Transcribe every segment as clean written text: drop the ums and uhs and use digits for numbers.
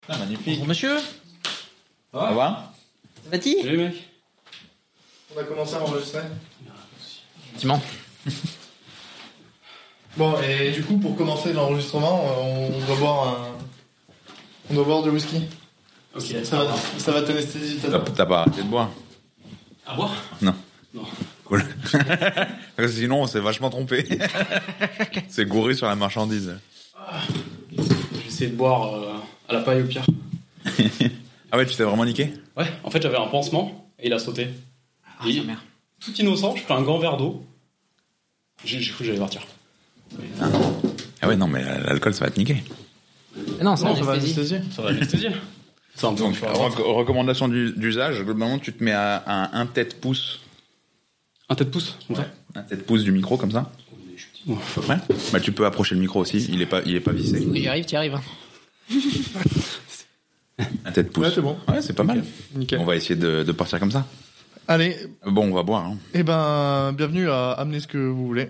Ah, magnifique. Bonjour monsieur. Ça va? Ça va-t-il? Salut mec. On a commencé à enregistrer. Effectivement. Bon, et du coup, pour commencer l'enregistrement, on doit boire du whisky. Ok. Ça va t'anesthésier. T'as pas arrêté de boire? À boire? Non. Non. Cool. Parce que sinon, on s'est vachement trompé. C'est gouré sur la marchandise. J'ai essayé de boire à la paille au pire. Ah ouais, tu t'es vraiment niqué? Ouais, en fait j'avais un pansement et il a sauté. Ah, Et sa mère. tout innocent, je prends un grand verre d'eau. J'ai cru que j'allais partir. Ah ouais, non, mais l'alcool, ça va te niquer. Mais non, c'est Non, ça va anesthésie. anesthésier. Ça va l'anesthésier. C'est un peu Donc, recommandation d'usage, globalement, tu te mets à un tête-pouce. un tête-pouce, comme ça. Un tête-pouce du micro, comme ça. Ouais. Ouais. Bah, tu peux approcher le micro aussi, il est pas vissé. Oui, tu y arrives. Hein. Un tête-pouce. Ouais, c'est bon. Ouais, c'est pas mal. Nickel. On va essayer de partir comme ça. Allez, Bon, on va boire. Hein. eh ben, bienvenue à amener ce que vous voulez.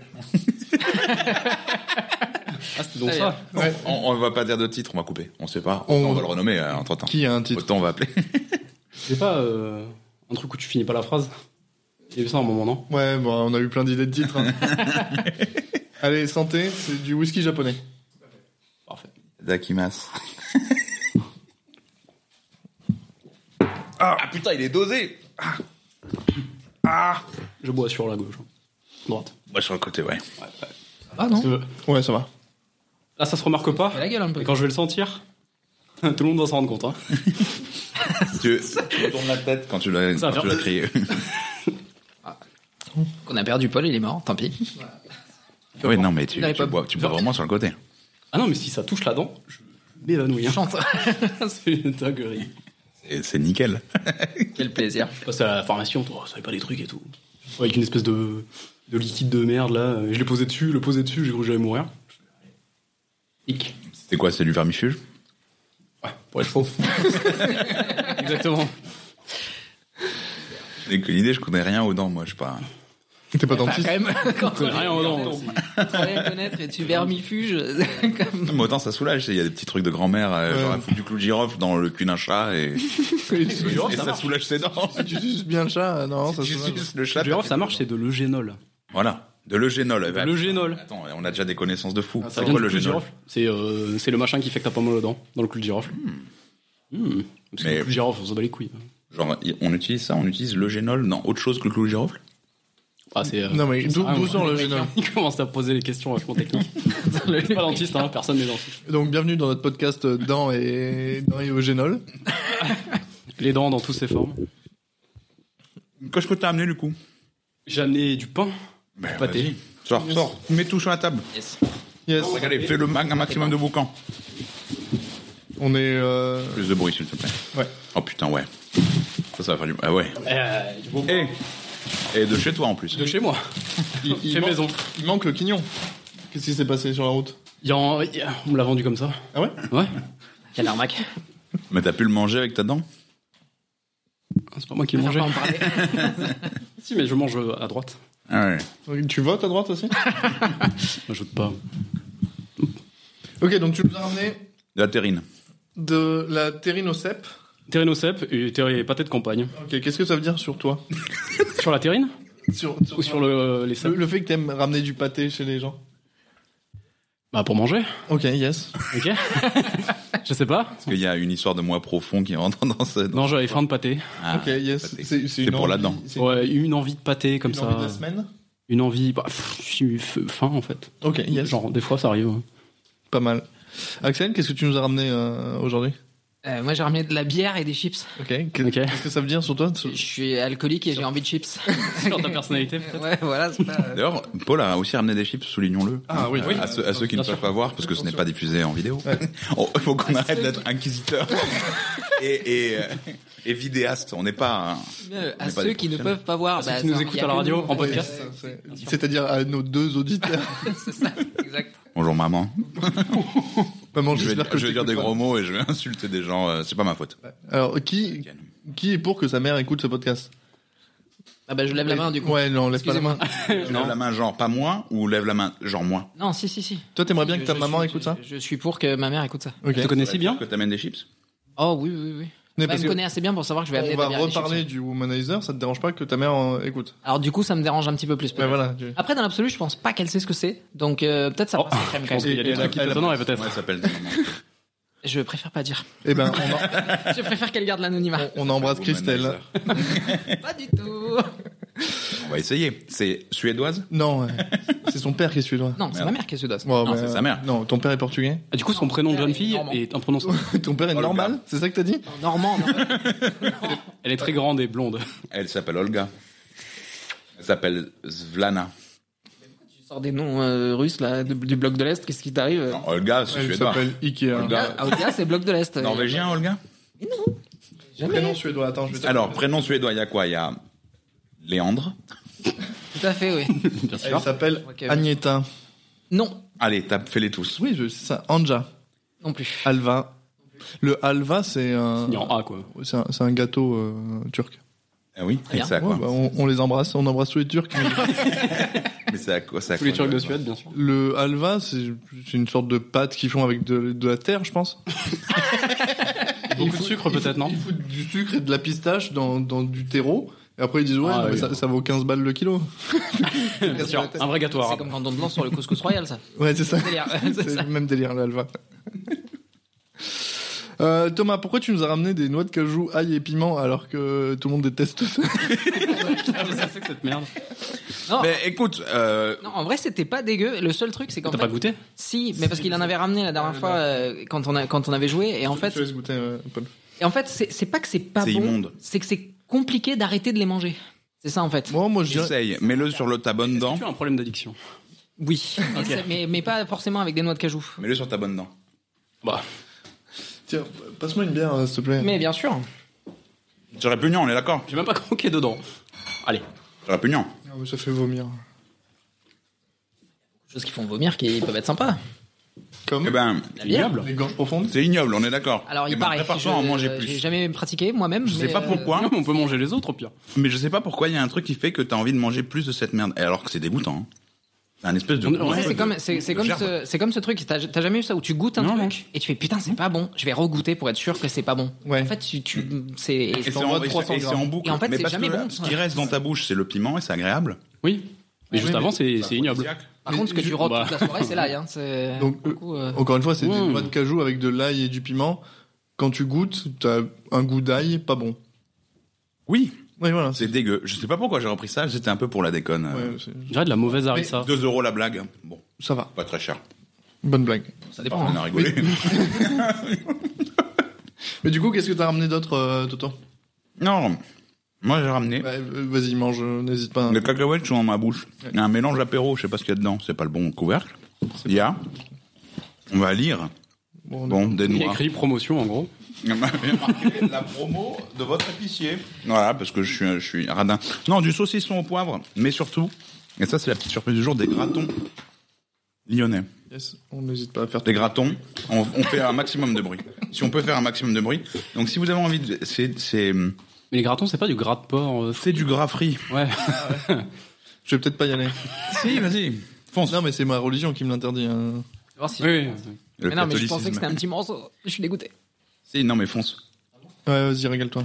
Ah, c'était donc Très ça. Ouais. On va pas dire de titre, on va couper. On sait pas. On- On va le renommer entre temps. Qui a un titre? Autant on va appeler. C'est pas un truc où tu finis pas la phrase. Il y a eu ça à un moment, non? Ouais, bon, on a eu plein d'idées de titres. Hein. Allez, santé, c'est du whisky japonais. Parfait. Dakimas. Ah putain, il est dosé. Je bois sur la gauche. Droite. Moi sur le côté, ouais. Ah non. Parce que Ouais, ça va. là, ça se remarque pas. Fais la gueule un peu. Et quand je vais le sentir, tout le monde va s'en rendre compte. Hein. Tu tournes la tête quand tu l'as Ça va faire- crié. On a perdu Paul, il est mort, tant pis. Oui, non, mais tu n'avez pas- bois vraiment sur le côté. Ah non, mais si ça touche la dent, je m'évanouis. Hein. Chante. C'est une dinguerie. C'est nickel. Quel plaisir. Je passe à la pharmacie, on ça savait pas des trucs et tout. Avec une espèce de liquide de merde là. Et je l'ai posé dessus, j'ai cru que j'allais mourir. Hic. C'est quoi, c'est du vermifuge? Ouais, pour être faux. Exactement. J'ai que l'idée, je connais rien aux dents, moi, je sais pas. T'es pas Enfin, dentiste? quand même, quand Je connais rien aux dents. on rien connaître et tu vermifuges. Comme... Mais autant ça soulage, il y a des petits trucs de grand-mère, genre elle fout du clou de girofle dans le cul d'un chat et ça soulage ses dents. Si tu suces bien le chat, non, ça Tu se passe. suces le chat. Le girofle, ça marche, c'est de l'eugénol. Voilà, de l'eugénol. L'eugénol. Attends, on a déjà des connaissances de fou. Ah, C'est ça quoi Le clou de l'eugénol? girofle, c'est le machin qui fait que t'as pas mal aux dents, dans le cul de girofle. Parce que Mais- le cul de girofle, on s'en bat les couilles. Genre, on utilise ça, on utilise l'eugénol dans autre chose que le clou de girofle? Ah, c'est, Non, mais j'en sais rien, d'où moi. sort le génol? Il commence à poser les questions vachement techniques. Je suis pas dentiste, hein, personne n'est dentiste. Donc, bienvenue dans notre podcast Dents et au génol. Les dents dans toutes ses formes. Qu'est-ce que t'as amené du coup? J'ai amené du pain. Ben, Pâté. vas-y. Sors, mets tout sur la table. Yes. Yes. Regardez, fais un maximum de boucan. On est, Plus de bruit, s'il te plaît. ouais. Oh putain, ouais. Ça va faire du... Ah ouais. Du beau pain. Et de chez toi en plus. De chez moi. Il Fait maison. Il manque le quignon. Qu'est-ce qui s'est passé sur la route? On me l'a vendu comme ça. Ah ouais? Ouais. Quelle arnaque. Mais t'as pu le manger avec ta dent? C'est pas moi qui le mangeais. Pas en parler. Si, mais je mange à droite. Ah ouais. Tu votes à droite aussi? Je vote pas. Ok, donc tu nous as ramené De la terrine. de la terrine au cèpe. Terrine au cèpe et pâté de campagne. Ok, qu'est-ce que ça veut dire sur toi? Sur la terrine ou sur les cèpes? le fait que t'aimes ramener du pâté chez les gens. Bah pour manger. Ok, yes. Ok. Je sais pas. Parce qu'il y a une histoire de moi profond qui rentre dans ce... Non, j'avais faim de pâté. Ah, Ok, yes. pâté. C'est C'est une pour envie- là-dedans. c'est Ouais, une envie de pâté comme une ça. envie de la semaine. Une envie. Bah, j'ai eu faim en fait. Ok, yes. Genre des fois ça arrive. Ouais. Pas mal. Axel, qu'est-ce que tu nous as ramené aujourd'hui? Moi j'ai ramené de la bière et des chips. Ok. Ok. Qu'est-ce que ça veut dire sur toi? Je suis alcoolique et j'ai envie de chips. Sur ta personnalité peut-être. Ouais, voilà, c'est pas... D'ailleurs, Paul a aussi ramené des chips, soulignons-le. Ah oui. À ceux qui ne Bien sûr. peuvent pas voir, parce que ce n'est pas diffusé en vidéo. Il faut qu'on arrête d'être inquisiteur et vidéaste. On n'est pas... À pas ceux des qui ne professionnels. peuvent pas voir. ceux qui nous ça, écoutent y a à la que radio, nous. en podcast. C'est-à-dire à nos deux auditeurs. C'est ça, exact. Bonjour maman. Maman, Je j'espère que vais dire des t'écoutes gros mots et je vais insulter des gens. C'est pas ma faute. pas. Alors, qui est pour que sa mère écoute ce podcast? Ah bah je lève la main du coup. Ouais, non, lève pas la main. Lève la main genre pas moi ou lève la main genre moi. Non, si. Toi, t'aimerais bien que ta Je maman suis- écoute ça? Je suis pour que ma mère écoute ça. Ok. Tu te connais si bien? Que t'amènes des chips? Oh oui. Mais Elle parce me que connaît assez bien pour savoir que je vais amener on de la va bière et des reparler chips. du womanizer, ça te dérange pas que ta mère écoute? Alors du coup, ça me dérange un petit peu plus. Ouais, peut-être. voilà. Après, dans l'absolu, je pense pas qu'elle sait ce que c'est. Donc peut-être ça passe crème Je quand pense qu'il même. y a des trucs qui t'étonneraient peut-être. Ouais, ça s'appelle. Je préfère pas dire. Eh ben, Je préfère qu'elle garde l'anonymat. on embrasse Christelle. Pas du tout. On va essayer. C'est suédoise? Non, c'est son père qui est suédois. Non, c'est Merde. ma mère qui est suédoise. Ouais, Non, c'est sa mère. Non, ton père est portugais. Ah, du coup, son prénom de jeune fille Normand. est imprononçable. Ton père est Olga. normal, c'est ça que t'as dit? Normand. Elle est très grande et blonde. Elle s'appelle Olga. Elle s'appelle Svlana. Tu sors des noms russes là, du bloc de l'Est. Qu'est-ce qui t'arrive? Non, Olga, c'est Elle suédois. s'appelle Ikea. Olga. Ah, Olga, c'est bloc de l'Est. Norvégien, Olga? Jamais. Prénom suédois, attends, je vais te... Alors, prénom suédois, il y a quoi? Il y a Léandre. Tout à fait, oui. Bien Elle sûr. s'appelle Ok. Agneta. Non, Allez, fais-les tous. Oui, c'est ça. Anja. non plus. Alva. Le halva, c'est un, Il y a en A, quoi. c'est un gâteau turc. Ah oui, et Bien. c'est à Ouais, quoi? bah, on les embrasse, on embrasse tous les Turcs. Mais c'est à quoi? C'est à Tous les quoi, Turcs de Suède, bien sûr. Le halva, c'est une sorte de pâte qu'ils font avec de la terre, je pense. Beaucoup de sucre, peut-être, non? Ils foutent du sucre et de la pistache dans du terreau. Et après, ils disent, ouais, Ah, non, mais oui. ça vaut 15 balles le kilo. Bien sûr. Un vrai gâteau C'est arabe. comme quand on te lance sur le couscous royal, ça. Ouais, c'est ça. Délire. C'est C'est ça. le même délire, le halva. Thomas, pourquoi tu nous as ramené des noix de cajou, ail et piment alors que tout le monde déteste ça? Ah, mais ça fait que cette merde. Non, Mais écoute, non, en vrai, c'était pas dégueu. Le seul truc, c'est qu'en T'as fait, pas goûté? si, mais parce qu'il en avait ramené la dernière fois quand on avait joué, et en Je fait, te laisse goûter, Paul. c'est pas que c'est pas C'est bon, immonde. c'est que c'est compliqué d'arrêter de les manger. C'est ça en fait. Moi, je dirais. essaye. Mets-le sur ta bonne dent. Tu as un problème d'addiction. Oui, mais pas forcément avec des noix de cajou. Mets-le sur ta bonne dent. Bah, Tiens, passe-moi une bière, s'il te plaît. Mais bien sûr. J'aurais pugnant, on est d'accord? j'ai même pas croqué dedans. Allez. J'aurais pugnant. Ah, mais ça fait vomir. Choses qui font vomir qui peuvent être sympas. Comme Eh ben, La bière. Ignoble. les gorges profondes. c'est ignoble, on est d'accord. Alors Eh il ben, paraît. prépare-toi à en manger J'ai plus. jamais pratiqué moi-même. Je sais mais, pas pourquoi. Non, mais on peut manger les autres, au pire. Mais je sais pas pourquoi il y a un truc qui fait que t'as envie de manger plus de cette merde. Et alors que c'est dégoûtant. Hein. C'est un espèce de. Ouais, Ouais, c'est comme gerbe. c'est comme ce truc. T'as jamais eu ça où tu goûtes un Non, truc et tu fais putain c'est pas bon. Je vais regoûter pour être sûr que c'est pas bon. Ouais. En fait c'est Et c'est t'envoies en, 300 et c'est en boucle. Et en fait, mais c'est parce jamais que bon, ce ça. qui reste dans ta bouche, c'est le piment et c'est agréable. Oui. Mais juste Oui, avant, c'est ignoble. Par contre, ce que tu rôtes Bah. toute la soirée, c'est l'ail. Hein. C'est Donc, beaucoup, Encore une fois, c'est des Mmh. noix de cajou avec de l'ail et du piment. Quand tu goûtes, t'as un goût d'ail pas bon. Oui, Oui, voilà. c'est dégueu. Je sais pas pourquoi j'ai repris ça. C'était un peu pour la déconne. Ouais, c'est- Je dirais de la mauvaise harissa. 2 € la blague. Bon, ça va. pas très cher. Bonne blague. ça dépend. On Hein. a rigolé. Mais du coup, qu'est-ce que t'as ramené d'autre, Toto? Non, moi j'ai ramené. Ouais, vas-y, mange, n'hésite pas. Les cacahuètes sont dans ma bouche. Il y a un mélange apéro, je sais pas ce qu'il y a dedans. C'est pas le bon couvercle. Il y a. On va lire. Bon, Bon, des Il y a noix. écrit promotion, en gros. Il y a marqué la promo de votre épicier. Voilà, parce que je suis radin. Non, du saucisson au poivre, mais surtout, et ça c'est la petite surprise du jour, des gratons lyonnais. yes, on n'hésite pas à faire Des gratons, on fait un maximum de bruit. Si on peut faire un maximum de bruit. Donc si vous avez envie de... C'est Mais les gratons, c'est pas du gras de porc. du gras frit. Ouais. Je vais peut-être pas y aller. Si, vas-y, fonce. Non, mais c'est ma religion qui me l'interdit. Hein. Voir si Oui, oui. Le mais non, mais je pensais catholicisme. que c'était un petit morceau. Je suis dégoûté. Si, non mais fonce. Ouais, vas-y, régale-toi.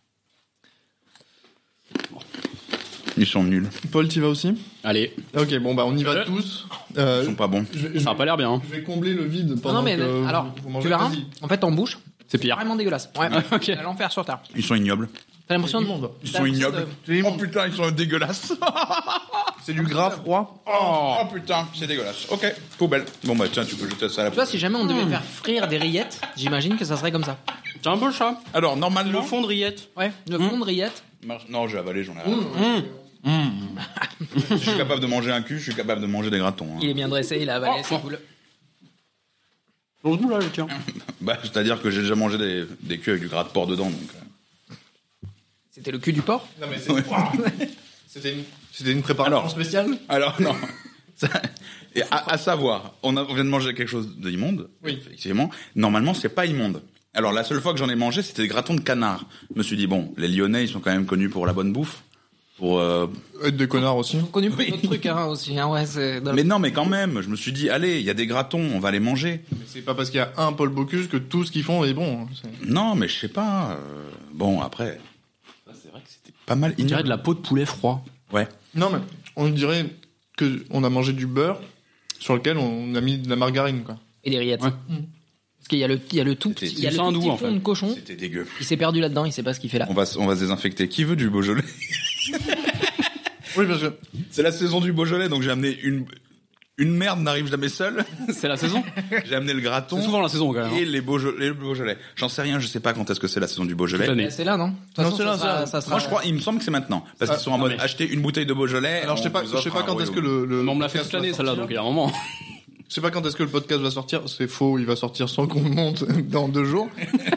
Ils sont nuls. Paul, t'y vas aussi? Allez. Ok, bon, bah, on y va tous. Ils sont pas bons. Je Ça a pas l'air bien. Hein. vais combler le vide Non, pendant non, mais que alors, vous mangez. tu verras. Vas-y. En fait, en bouche, C'est pire. vraiment dégueulasse. Ouais. Ok. C'est l'enfer sur terre. Ils sont ignobles. T'as l'impression de Immonde. Ils T'as sont l'impression ignobles. C'est Oh immonde. putain, ils sont dégueulasses. C'est du gras froid. Oh putain, c'est dégueulasse. Ok, poubelle. Bon bah tiens, tu peux jeter ça à la Tu vois, poubelle. si jamais on devait faire frire des rillettes, j'imagine que ça serait comme ça. C'est un peu ça. Alors normalement... Le fond de rillette. Ouais, le fond de rillette. Non, j'ai avalé, j'en ai rien. Je suis capable de manger un cul, je suis capable de manger des gratons. hein. Il est bien dressé, il a avalé, c'est cool. J'ose bout là, je tiens. Bah, c'est-à-dire que j'ai déjà mangé des culs avec du gras de porc dedans, donc... C'était le cul du porc. Non, mais c'était une préparation Alors. spéciale. Alors, non. Et à savoir, on vient de manger quelque chose d'immonde. Oui. Effectivement. Normalement, c'est pas immonde. Alors, la seule fois que j'en ai mangé, c'était des gratons de canard. Je me suis dit, bon, les Lyonnais, ils sont quand même connus pour la bonne bouffe. Pour, Être des connards aussi. Connu pour d'autres trucs, hein, aussi. Hein, ouais, c'est... Mais non, mais quand même, je me suis dit, allez, il y a des gratons, on va les manger. Mais c'est pas parce qu'il y a un Paul Bocuse que tout ce qu'ils font est bon. Hein. Non, mais je sais pas. Bon, après, c'est vrai que c'était pas mal. On dirait de la peau de poulet froid. Ouais. Non, mais on dirait que on a mangé du beurre sur lequel on a mis de la margarine, quoi. Et des rillettes. Ouais. Parce qu'il y a le tout C'était- petit, il y a c'est le un tout doux, petit en fond fait. de cochon. C'était dégueu. Il s'est perdu là-dedans, il sait pas ce qu'il fait là. On va se désinfecter. Qui veut du Beaujolais? Oui, parce que C'est la saison du Beaujolais, donc j'ai amené une merde n'arrive jamais seule. C'est la saison. J'ai amené le graton. C'est souvent la saison, quand même. hein. Et les Beaujolais. J'en sais rien, je sais pas quand est-ce que c'est la saison du Beaujolais. Toute l'année. C'est là, non? De toute Non, façon, c'est là, ça sera... Moi, je crois, il me semble que c'est maintenant. Parce qu'ils sont en non, mode mais- acheter une bouteille de Beaujolais. alors je sais on pas, vous je sais offre pas un quand est-ce que royaume. le Mais on me l'a fait podcast toute l'année, va celle-là, sortir. donc il y a un moment. Je sais pas quand est-ce que le podcast va sortir. C'est faux, il va sortir sans qu'on monte dans 2 jours.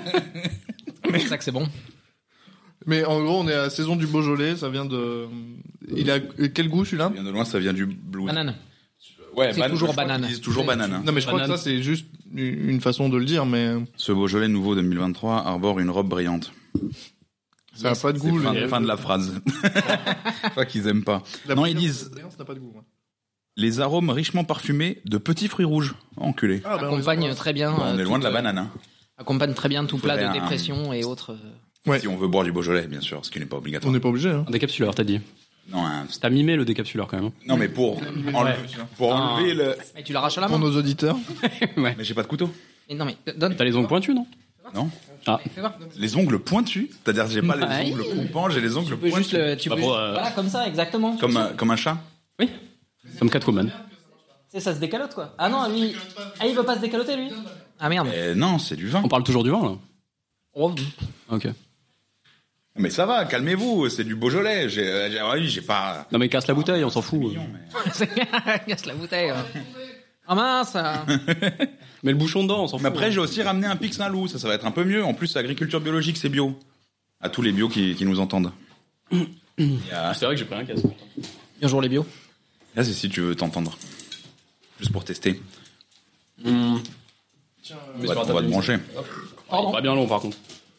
C'est ça que c'est bon. Mais en gros, on est à la saison du Beaujolais. Ça vient de. Il a quel goût celui-là? Ça vient de loin, ça vient du blues. Banane. Ouais, C'est toujours je crois banane. qu'ils disent toujours C'est- banane. hein. Non, mais je crois que Banane. ça c'est juste une façon de le dire, mais Ce Beaujolais nouveau 2023 arbore une robe brillante. ça a pas de goût. C'est fin de la phrase. Je crois qu'ils aiment pas. Non, ils disent Ça n'a pas de goût. Ouais. les arômes richement parfumés de petits fruits rouges. Enculé. Ah, ben, Accompagne très bien. Bon, on est loin de la toute, banane. Hein. Accompagne très bien tout plat Faudrait de un- dépression et autres. Ouais. Si on veut boire du Beaujolais, bien sûr, ce qui n'est pas On obligatoire. n'est pas obligé. Hein. Un décapsuleur, t'as dit. Non, T'as mimé le décapsuleur, quand même. non, mais pour enlever le. Et tu l'arraches à la Pour main. nos auditeurs. Ouais. Mais j'ai pas de couteau. Et non, mais donne. T'as les ongles pointus, non? Non. Ah. Fais voir. Les ongles pointus. C'est-à-dire que j'ai pas Ouais. les ongles coupants, j'ai les ongles Tu peux pointus. juste le. Tu Bah, peux pour, juste- Voilà, comme ça, exactement. Comme un chat. Oui. Comme Catwoman. C'est ça se décalote, quoi. Ah non, lui. Ah, il veut pas se décaloter, lui. Ah merde. Non, c'est du vin. On parle toujours du vin, là. Oh, Ok. Mais ça va, calmez-vous, c'est du Beaujolais. J'ai pas. Non, mais casse la bouteille, on s'en fout. casse la bouteille. Ah mince. Mais le bouchon dedans, on s'en fout. Mais après, j'ai aussi ramené un Pic Saint-Loup, ça va être un peu mieux. En plus, agriculture biologique, c'est bio. À tous les bios qui nous entendent. Il y a- C'est vrai que j'ai pris un casque. Bien jour les bio. Là, c'est si tu veux t'entendre. Juste pour tester. Mais On va te brancher. Pardon. Pas bien long, par contre.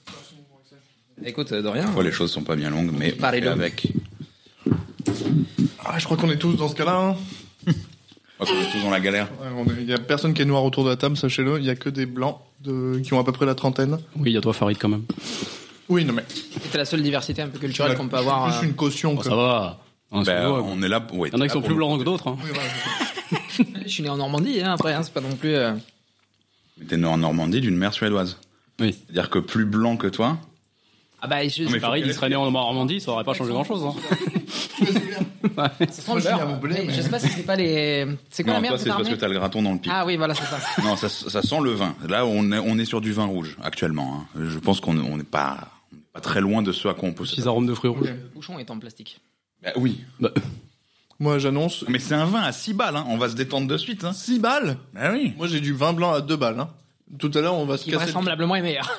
Écoute, de rien. Parfois, les choses sont pas bien longues, mais on Parlez fait donc. avec. Ah, je crois qu'on est tous dans ce cas-là. Hein. On est tous dans la galère. Ouais, il y a personne qui est noir autour de la table, sachez-le. Il y a que des blancs qui ont à peu près la trentaine. Oui, il y a toi, Farid, quand même. Oui, non mais. C'est la seule diversité un peu culturelle qu'on peut avoir. Plus une caution. Bon, que... ça va. Hein, c'est Ben, jouable. on est là. Ouais, Il y en a qui sont plus blancs que d'autres. Hein. Oui, voilà. Je suis né en Normandie, hein, après, hein, c'est pas non plus. Mais t'es né en Normandie d'une mère suédoise. Oui. C'est-à-dire que plus blanc que toi. Ah bah, je. mais Farid, il serait né en Normandie, ça aurait pas changé grand-chose. Hein. Ça sent le Moi, je viens à beurre. Montpellier, Mais mais- Je sais pas si c'est pas les. C'est quoi Non, la merde toi, c'est parce que t'as le graton dans le pic. Ah oui, voilà, c'est ça. Non, ça sent le vin. Là, on est sur du vin rouge, actuellement. Hein. Je pense qu'on n'est pas très loin de ce à quoi on peut Petits arômes de fruits rouges. Le bouchon est en plastique. Bah, oui. Bah, Moi, j'annonce Mais c'est un vin à 6 balles, hein. On va se détendre de suite, hein. 6 balles. Bah oui. Moi, j'ai du vin blanc à 2 balles. Hein. Tout à l'heure, on va se Qui casser. vraisemblablement est meilleur.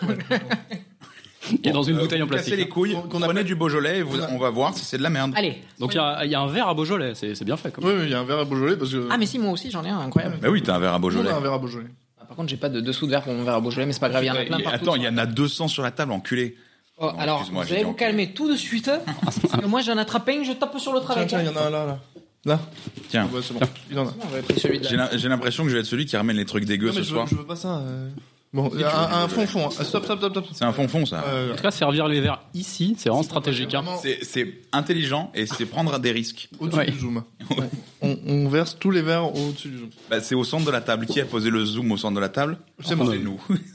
et dans une bouteille en Vous cassez plastique. les couilles, Qu'on prenez appelle- du Beaujolais et on va voir si c'est de la merde. Allez. Donc il y a un verre à Beaujolais, c'est bien fait. Comme Oui, il y a un verre à Beaujolais parce que. Ah mais si, moi aussi j'en ai un, incroyable. Bah oui, t'as un verre à on Beaujolais. a un verre à Beaujolais. Ah, par contre, j'ai pas de dessous de verre pour mon verre à Beaujolais, mais c'est pas grave, il y en a plein partout. Attends, il y en a 200 sur la table, enculé. Oh, Non, alors, excuse-moi, vous j'ai allez dit vous enculé. calmer tout de suite. Parce que moi j'en attrape un, je tape sur le Tiens, travail. tiens, il y en a un là. Là. Tiens, Ah, bah, c'est bon. Il en a. J'aurais pris celui de là. j'ai l'impression que je vais être celui qui ramène les trucs dégueux Non, mais ce soir. je veux pas ça. Bon, tu veux un du fond. Ah, stop. C'est un fond ça. En tout cas, servir les verres ici, c'est vraiment stratégique. Hein. C'est intelligent et c'est prendre des risques. Au-dessus Ouais. du zoom. On verse tous les verres au-dessus du zoom. Bah, c'est au centre de la table. Qui a posé le zoom au centre de la table? C'est moi. C'est nous.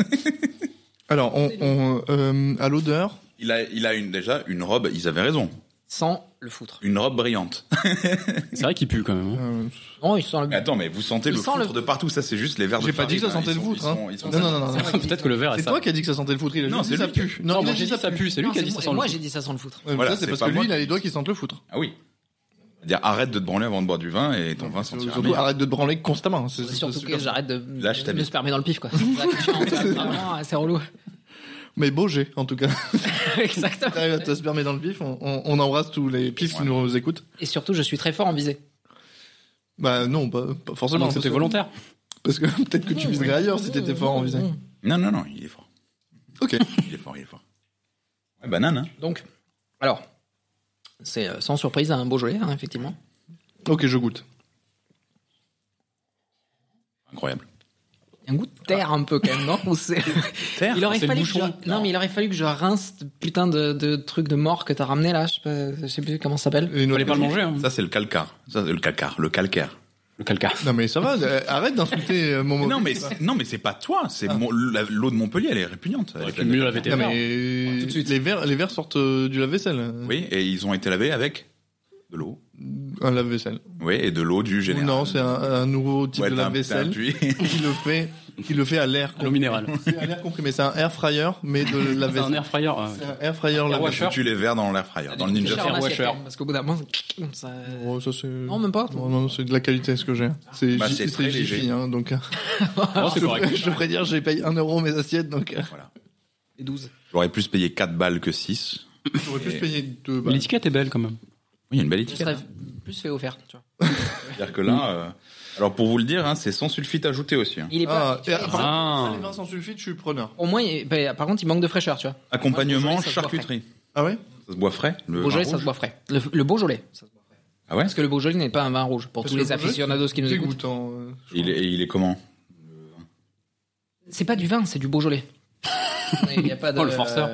Alors, à l'odeur, Il a déjà une robe, ils avaient raison. Sans le foutre. Une robe brillante. C'est vrai qu'il pue quand même. Hein. Non, il sent le. Mais attends, mais vous sentez Il le sent foutre le- de partout, ça c'est juste les verres de j'ai pas dit que ça farine, sentait le hein. foutre. Hein. Ils sont- Non. Peut-être que le verre est C'est ça. toi qui as dit que ça sentait le foutre. Il a Non, juste c'est dit ça lui qui- pue. Non, il a moi dit j'ai dit ça pue, c'est lui Non, qui a c'est dit moi- ça sent Moi le j'ai dit ça sent le foutre. Ouais, Voilà, ça, c'est c'est parce pas que moi lui, il qui- a les doigts qui sentent le foutre. Ah oui. C'est-à-dire arrête de te branler avant de boire du vin et ton vin sentira Surtout, meilleur. arrête de te branler constamment. C'est Surtout super. que j'arrête de Lâche ta me bite. spermer dans le pif, quoi. Là, que je suis vraiment, c'est relou. Mais beau jet, en tout cas. Exactement. T'arrives à te spermer dans le pif. On embrasse tous les pifs qui nous écoutent. Et surtout, je suis très fort en visée. Bah non, pas forcément. Donc c'était volontaire. Parce que peut-être que tu viserais ailleurs si t'étais fort en visée. Non, il est fort. Ok. Il est fort. Ouais, banane, hein. Donc, alors, C'est sans surprise un Beaujolais, hein, effectivement. Ok, je goûte. Incroyable. Il y a un goût de terre un peu quand même, non? Ou c'est... Terre. Il aurait c'est le fallu que bouchon. non, mais il aurait fallu que je rince ce putain de truc de mort que t'as ramené là. Je sais plus comment ça s'appelle. Et une Fallait autre- pas le manger, hein. Ça c'est le calcar. Ça c'est le calcaire. Le calcaire. Le calca. Non mais ça va, arrête d'insulter mon mot. Non mais c'est pas toi. C'est l'eau de Montpellier. Elle est répugnante. Elle est Aurait pu pleine mieux de- laver tes Non verres. mais Tout de suite. les verres sortent du lave-vaisselle. Oui, et ils ont été lavés avec de l'eau. Un lave-vaisselle. Oui, et de l'eau du général. Non, c'est un nouveau type Ouais, de t'as un lave-vaisselle puits. qui le fait à l'air. À l'eau minérale. C'est à l'air comprimé. C'est un air fryer, mais de C'est un lave-vaisselle. air fryer. C'est un air fryer Air lave-vaisselle. washer. Tu les verres dans l'air fryer, dans le Ninja Cher Fryer. en assiette, washer. quand même, parce qu'au bout d'un moment, ça... Oh, ça c'est. Non, même pas. Non, c'est de la qualité ce que j'ai. C'est Bah, J- c'est c'est très Jiffy, léger. hein, donc. Oh, c'est correct. Je devrais dire, j'ai payé 1 euro mes assiettes, donc. Voilà. Les 12. J'aurais plus payé 4 balles que 6. J'aurais pu payer 2 Mais balles. l'étiquette est belle quand même. Oui, il y a une belle Je étiquette. serais plus fait offert, tu vois. C'est-à-dire que là, alors pour vous le dire, hein, c'est sans sulfite ajouté aussi. Hein. Il est pas... Ah, et, par Ah. contre, ça, les vins sans sulfite, je suis preneur. Au moins, par contre, il manque de fraîcheur, tu vois. Accompagnement, Ouais, Beaujolais, ça se boit charcuterie. Ah ouais? Ça se boit frais. Le Le Beaujolais, vin ça rouge. se boit frais. Le Beaujolais, ça se boit frais. Ah ouais. Parce que le Beaujolais n'est pas un vin rouge. Pour Parce tous que les le Beaujolais, aficionados qui nous écoutent. Dégoûtant. Il est comment? C'est pas du vin, c'est du Beaujolais. Il y a pas de... Oh, le forceur.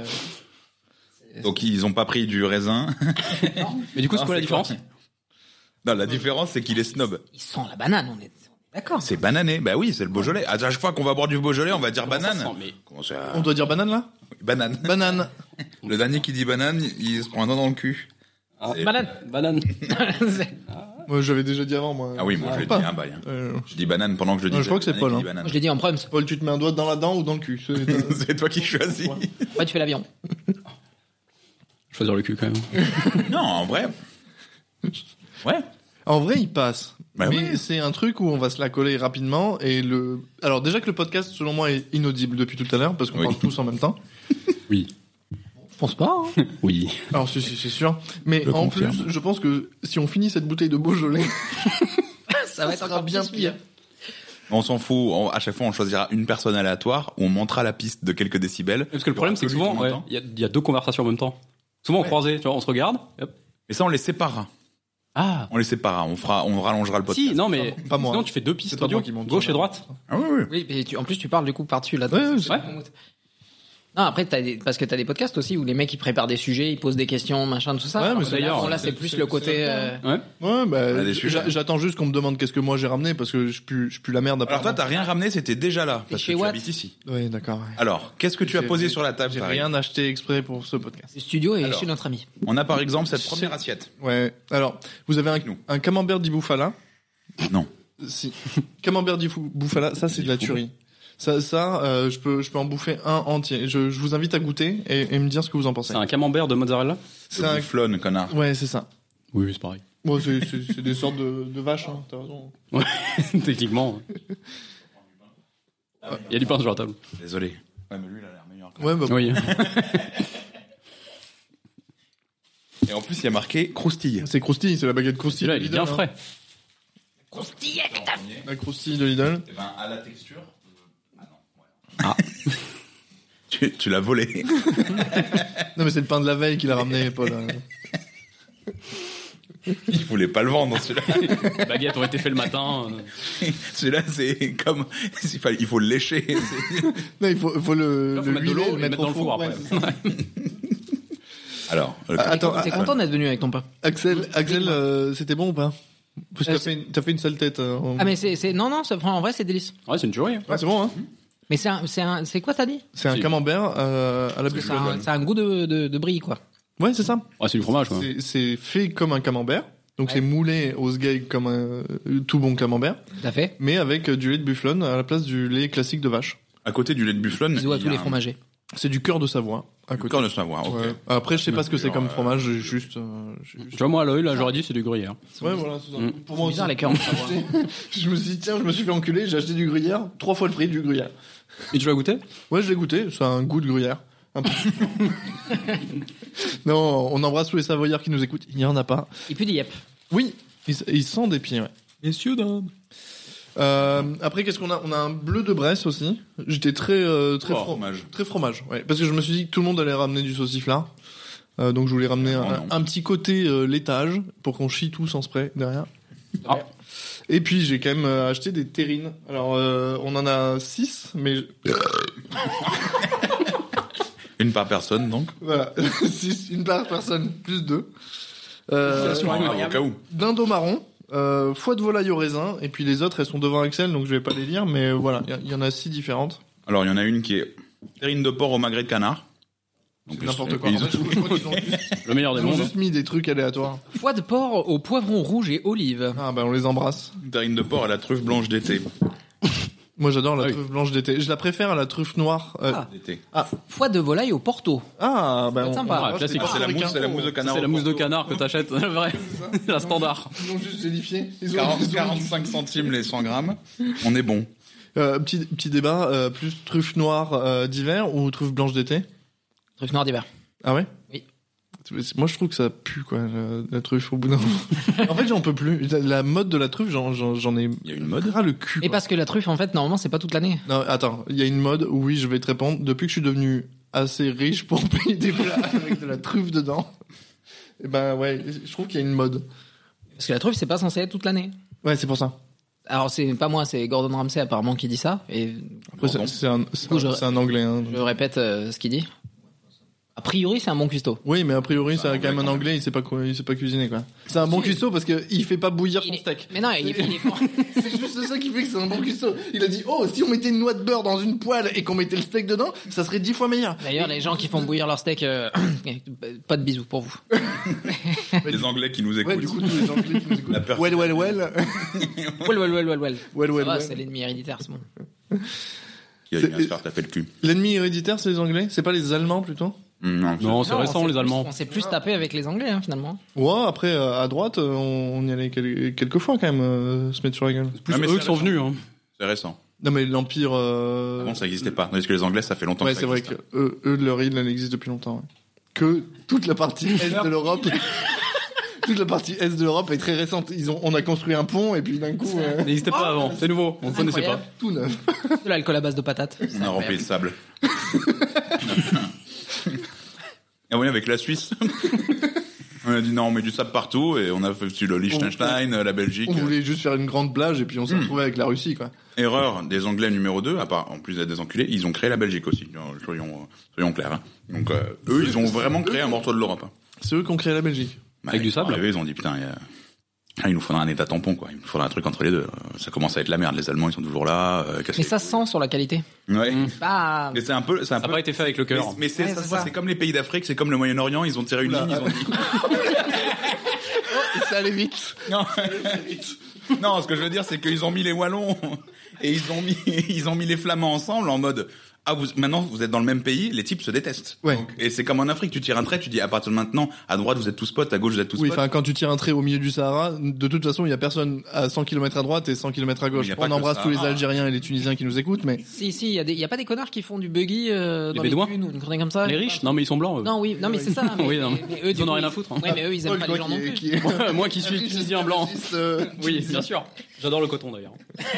Donc ils ont pas pris du raisin. Mais du coup, c'est Non, quoi la c'est différence? quoi Non, la différence c'est qu'il est snob. Il sent la banane, on est d'accord. C'est banané. Bah oui, c'est le Beaujolais. À chaque fois qu'on va boire du Beaujolais, on va dire Comment ça banane. sent, mais- Comment ça On doit dire banane là? Banane. Banane. Le dernier qui dit banane, il se prend un doigt dans le cul. Ah, C'est- Banane. Banane. Moi, j'avais déjà dit avant, moi. Ah oui, moi je l'ai dit Pas. un bail. Hein. Euh, Je dis banane pendant que je le dis. je crois que c'est Paul, hein. Moi, je l'ai dit en prums. Paul, tu te mets un doigt dans la dent ou dans le cul? C'est toi qui choisis. Ouais, tu fais l'avion. Choisir le cul quand même. Non, en vrai. Ouais. En vrai, il passe. Bah mais oui. c'est un truc où on va se la coller rapidement et alors déjà que le podcast, selon moi, est inaudible depuis tout à l'heure parce qu'on Oui. parle tous en même temps. Oui. Je pense pas, hein. Oui. Alors si, c'est sûr. Mais Je en confirme. plus, je pense que si on finit cette bouteille de Beaujolais, Ça va être sera encore bien plus pire. On s'en fout. À chaque fois, on choisira une personne aléatoire. On montera la piste de quelques décibels. Parce que le problème, c'est que Celui souvent, qu'on ouais, entend. il y a deux conversations en même temps. Souvent, on croisait, tu vois, on se regarde. Hop. Mais ça, on les séparera. Ah. On les séparera. On rallongera le podcast. Si, non, mais Pas moi. sinon tu fais deux C'est pistes pas audio, moi qui monte gauche ça. et droite. Ah oui, oui. Oui, mais en plus, tu parles du coup par-dessus là. Ouais, C'est ouais. Non, après, parce que t'as des podcasts aussi où les mecs ils préparent des sujets, ils posent des questions, machin, tout ça. Ouais, Alors mais que d'ailleurs, là, là, c'est plus le côté. Ouais. Ouais, bah, On a des sujets. j'attends juste qu'on me demande qu'est-ce que moi j'ai ramené parce que je pue la merde. Alors toi, t'as rien ramené. C'était déjà là. Parce que chez tu Watt. habites ici. Oui, d'accord. Ouais. Alors, qu'est-ce que tu as J'ai- posé sur la table, J'ai Tariq rien acheté exprès pour ce podcast. Le studio est Alors. chez notre ami. On a par exemple cette première assiette. Ouais. Alors, vous avez Nous. un camembert di bufala. Non. Si. Camembert di bufala, ça c'est de la tuerie. Ça, je peux en bouffer un entier. Je vous invite à goûter et me dire ce que vous en pensez. C'est un camembert de mozzarella. C'est Le un- bufflone, connard. Ouais, c'est ça. Oui, c'est pareil. Bon, c'est des sortes de vaches, hein, t'as raison. Techniquement. Il y a du pain sur la table. Désolé. Ouais, mais lui, il a l'air meilleur. Ouais, bah, Oui. Et en plus, il y a marqué croustille. c'est croustille, c'est la baguette croustille. Celui-là, de il est Lidl, bien hein. frais. La croustille de Lidl. Eh ben, à la texture. Ah non. Tu l'as volé. Non, mais c'est le pain de la veille qu'il a ramené, Paul. Il voulait pas le vendre, celui-là. Les baguettes ont été faites le matin. Celui-là, c'est comme il faut le lécher. Non, il faut le Là, faut mettre de huiler, l'eau le et mettre mettre au dans le four four. après. Ouais. Alors, Attends, T'es content d'être venu avec ton pain. Axel, c'était bon ou pas? Parce que t'as fait une sale tête. Ah, mais non, en vrai, c'est délice. Ouais, c'est une tuerie. Ouais, c'est bon, hein? Mais c'est quoi t'as dit? C'est un Si. camembert à la Parce que buffalo. c'est un goût de brie, quoi. Ouais, c'est ça. Ouais, c'est du fromage, quoi. C'est fait comme un camembert. Donc Ouais. c'est moulé au sgeg comme un tout bon camembert, Tout à fait. mais avec du lait de bufflone à la place du lait classique de vache. à côté du lait de bufflone, Bisous à il y tous a les un- fromagers. C'est du cœur de Savoie à Le côté. corps de savoir. Ok. Ouais. Après, je sais pas ce que c'est comme fromage, j'ai juste. Tu vois, moi, à l'œil, là, j'aurais dit c'est du gruyère. Ouais, voilà, c'est ça. Mm. Pour C'est moi bizarre aussi. les cœurs. Je me suis dit, tiens, je me suis fait enculer, j'ai acheté du gruyère, 3 fois le prix du gruyère. Et tu l'as goûté? Ouais, je l'ai goûté, ça a un goût de gruyère. Un peu. Non, on embrasse tous les Savoyards qui nous écoutent, il n'y en a pas. Et puis des yep. Oui, ils sont des pieds, ouais. Messieurs, dames. Après, qu'est-ce qu'on a? On a un bleu de Bresse aussi. J'étais très Oh, fromage. très fromage, ouais. Parce que je me suis dit que tout le monde allait ramener du sauciflard. Donc je voulais ramener non. un petit côté laitage pour qu'on chie tous en spray derrière. Ah. Et puis j'ai quand même acheté des terrines. Alors on en a 6, mais Une par personne, donc. voilà, 6, une par personne, plus 2. Au cas où. Dindon marron, foie de volaille au raisin, et puis les autres elles sont devant Excel, donc je vais pas les lire, mais voilà, il y en a 6 différentes. Alors, il y en a une qui est terrine de porc au magret de canard. C'est Donc, n'importe ils- quoi. En fait, je crois qu'ils ont juste, Le meilleur des ils ont mondes. juste mis des trucs aléatoires. Foie de porc au poivron rouge et olive. Ah bah on les embrasse. Terrine de porc à la truffe blanche d'été. Moi j'adore la Ah oui. truffe blanche d'été. Je la préfère à la truffe noire. D'été. Foie de volaille au porto. Bah C'est sympa. voit, Classique. C'est la mousse, c'est la mousse de canard. C'est la au mousse de Porto. canard que t'achètes, le vrai. La standard. Ils ont juste gélifié. 45 centimes les 100 grammes. On est bon. Petit débat, plus truffe noire d'hiver ou truffe blanche d'été? Truffe noire d'hiver. Ah ouais? Oui. Moi je trouve que ça pue quoi, la truffe au bout d'un moment. En fait j'en peux plus. La mode de la truffe, j'en ai Il y a une mode. ras le cul. Et quoi. parce que la truffe, en fait, normalement, c'est pas toute l'année. Non, attends, il y a une mode où oui, je vais te répondre. Depuis que je suis devenu assez riche pour payer des plats avec de la truffe dedans, et ben ouais, je trouve qu'il y a une mode. Parce que la truffe, c'est pas censé être toute l'année. Ouais, c'est pour ça. Alors, c'est pas moi, c'est Gordon Ramsay, apparemment, qui dit ça. Et Après, c'est un anglais. Hein, donc. je répète ce qu'il dit. A priori, c'est un bon cuistot. Oui, mais a priori, c'est quand même un anglais, il sait pas cuisiner quoi. C'est un bon cuistot parce que il fait pas bouillir son steak. Mais non, il est fort. C'est juste ça qui fait que c'est un bon cuistot. Il a dit "Oh, si on mettait une noix de beurre dans une poêle et qu'on mettait le steak dedans, ça serait 10 fois meilleur." D'ailleurs, les gens qui font bouillir leur steak, pas de bisous pour vous. Les Anglais qui nous Ouais, écoutent. du coup, tous les anglais qui nous écoutent. La peur. Well. Well. Well, Ça va, well. c'est l'ennemi héréditaire, c'est bon. Qui a bien se faire taper le cul. L'ennemi héréditaire, c'est les Anglais. C'est pas les Allemands plutôt. Non, c'est Non, récent, on les s'est Allemands. On s'est plus tapé avec les Anglais, hein, finalement. Ouais, après à droite, on y allait quelques fois quand même se mettre sur la gueule. Plus Ah, mais eux c'est qui sont récent. venus, hein. C'est récent. Non mais l'empire. Avant, ça n'existait pas. Tandis que les Anglais, ça fait longtemps Ouais, que ça c'est vrai existe. que eux, leur île, elle existe depuis longtemps. Ouais. Que toute la partie est de l'Europe. Toute la partie est de l'Europe est très récente. On a construit un pont et puis d'un coup, Ça n'existait pas avant. C'est nouveau. On ne connaissait pas. Incroyable. tout neuf. De l'alcool à base de patates. On a rempli de sable. Et oui, avec la Suisse. On a dit non, on met du sable partout et on a fait le Liechtenstein, la Belgique. On voulait juste faire une grande plage et puis on s'est retrouvé avec la Russie, quoi. Erreur des Anglais numéro 2, à part, en plus d'être des enculés, ils ont créé la Belgique aussi. Soyons clairs. Hein. Donc, eux, ils ont vraiment créé un morceau de l'Europe. Hein. C'est eux qui ont créé la Belgique. Bah, Avec du ils sont sable. arrivés, ils ont dit putain, il nous faudra un état tampon, quoi. Il nous faudra un truc entre les deux. Ça commence à être la merde. Les Allemands, ils sont toujours là. Mais ça se sent sur la qualité. Ouais. Bah, Mais c'est un peu, Ça n'a pas été fait avec le cœur. mais c'est, Ouais, ça c'est se voit, ça. c'est comme les pays d'Afrique, c'est comme le Moyen-Orient, ils ont tiré une Oula. ligne, ils ont dit. Ça allait vite. Non. Non, ce que je veux dire, c'est qu'ils ont mis les Wallons et ils ont mis les Flamands ensemble en mode, maintenant, vous êtes dans le même pays, les types se détestent. Ouais. Donc, et c'est comme en Afrique, tu tires un trait, tu dis, à partir de maintenant, à droite, vous êtes tous potes, à gauche, vous êtes tous Oui, potes. enfin, quand tu tires un trait au milieu du Sahara, de toute façon, il y a personne à 100 km à droite et 100 km à gauche. Il y a pas On que embrasse ça. tous les Algériens et les Tunisiens qui nous écoutent, mais si, il y a pas des connards qui font du buggy dans les Bédouins dunes ou une connerie comme ça. Les riches? Non, mais ils sont blancs, eux. Non, oui, non, mais c'est ça. Mais, Oui, non, mais eux, ils du en ont coup, rien à foutre, hein. Ouais, mais eux, ils aiment pas les gens non plus. Moi qui suis tunisien blanc. Oui, bien sûr. J'adore le coton, d'ailleurs.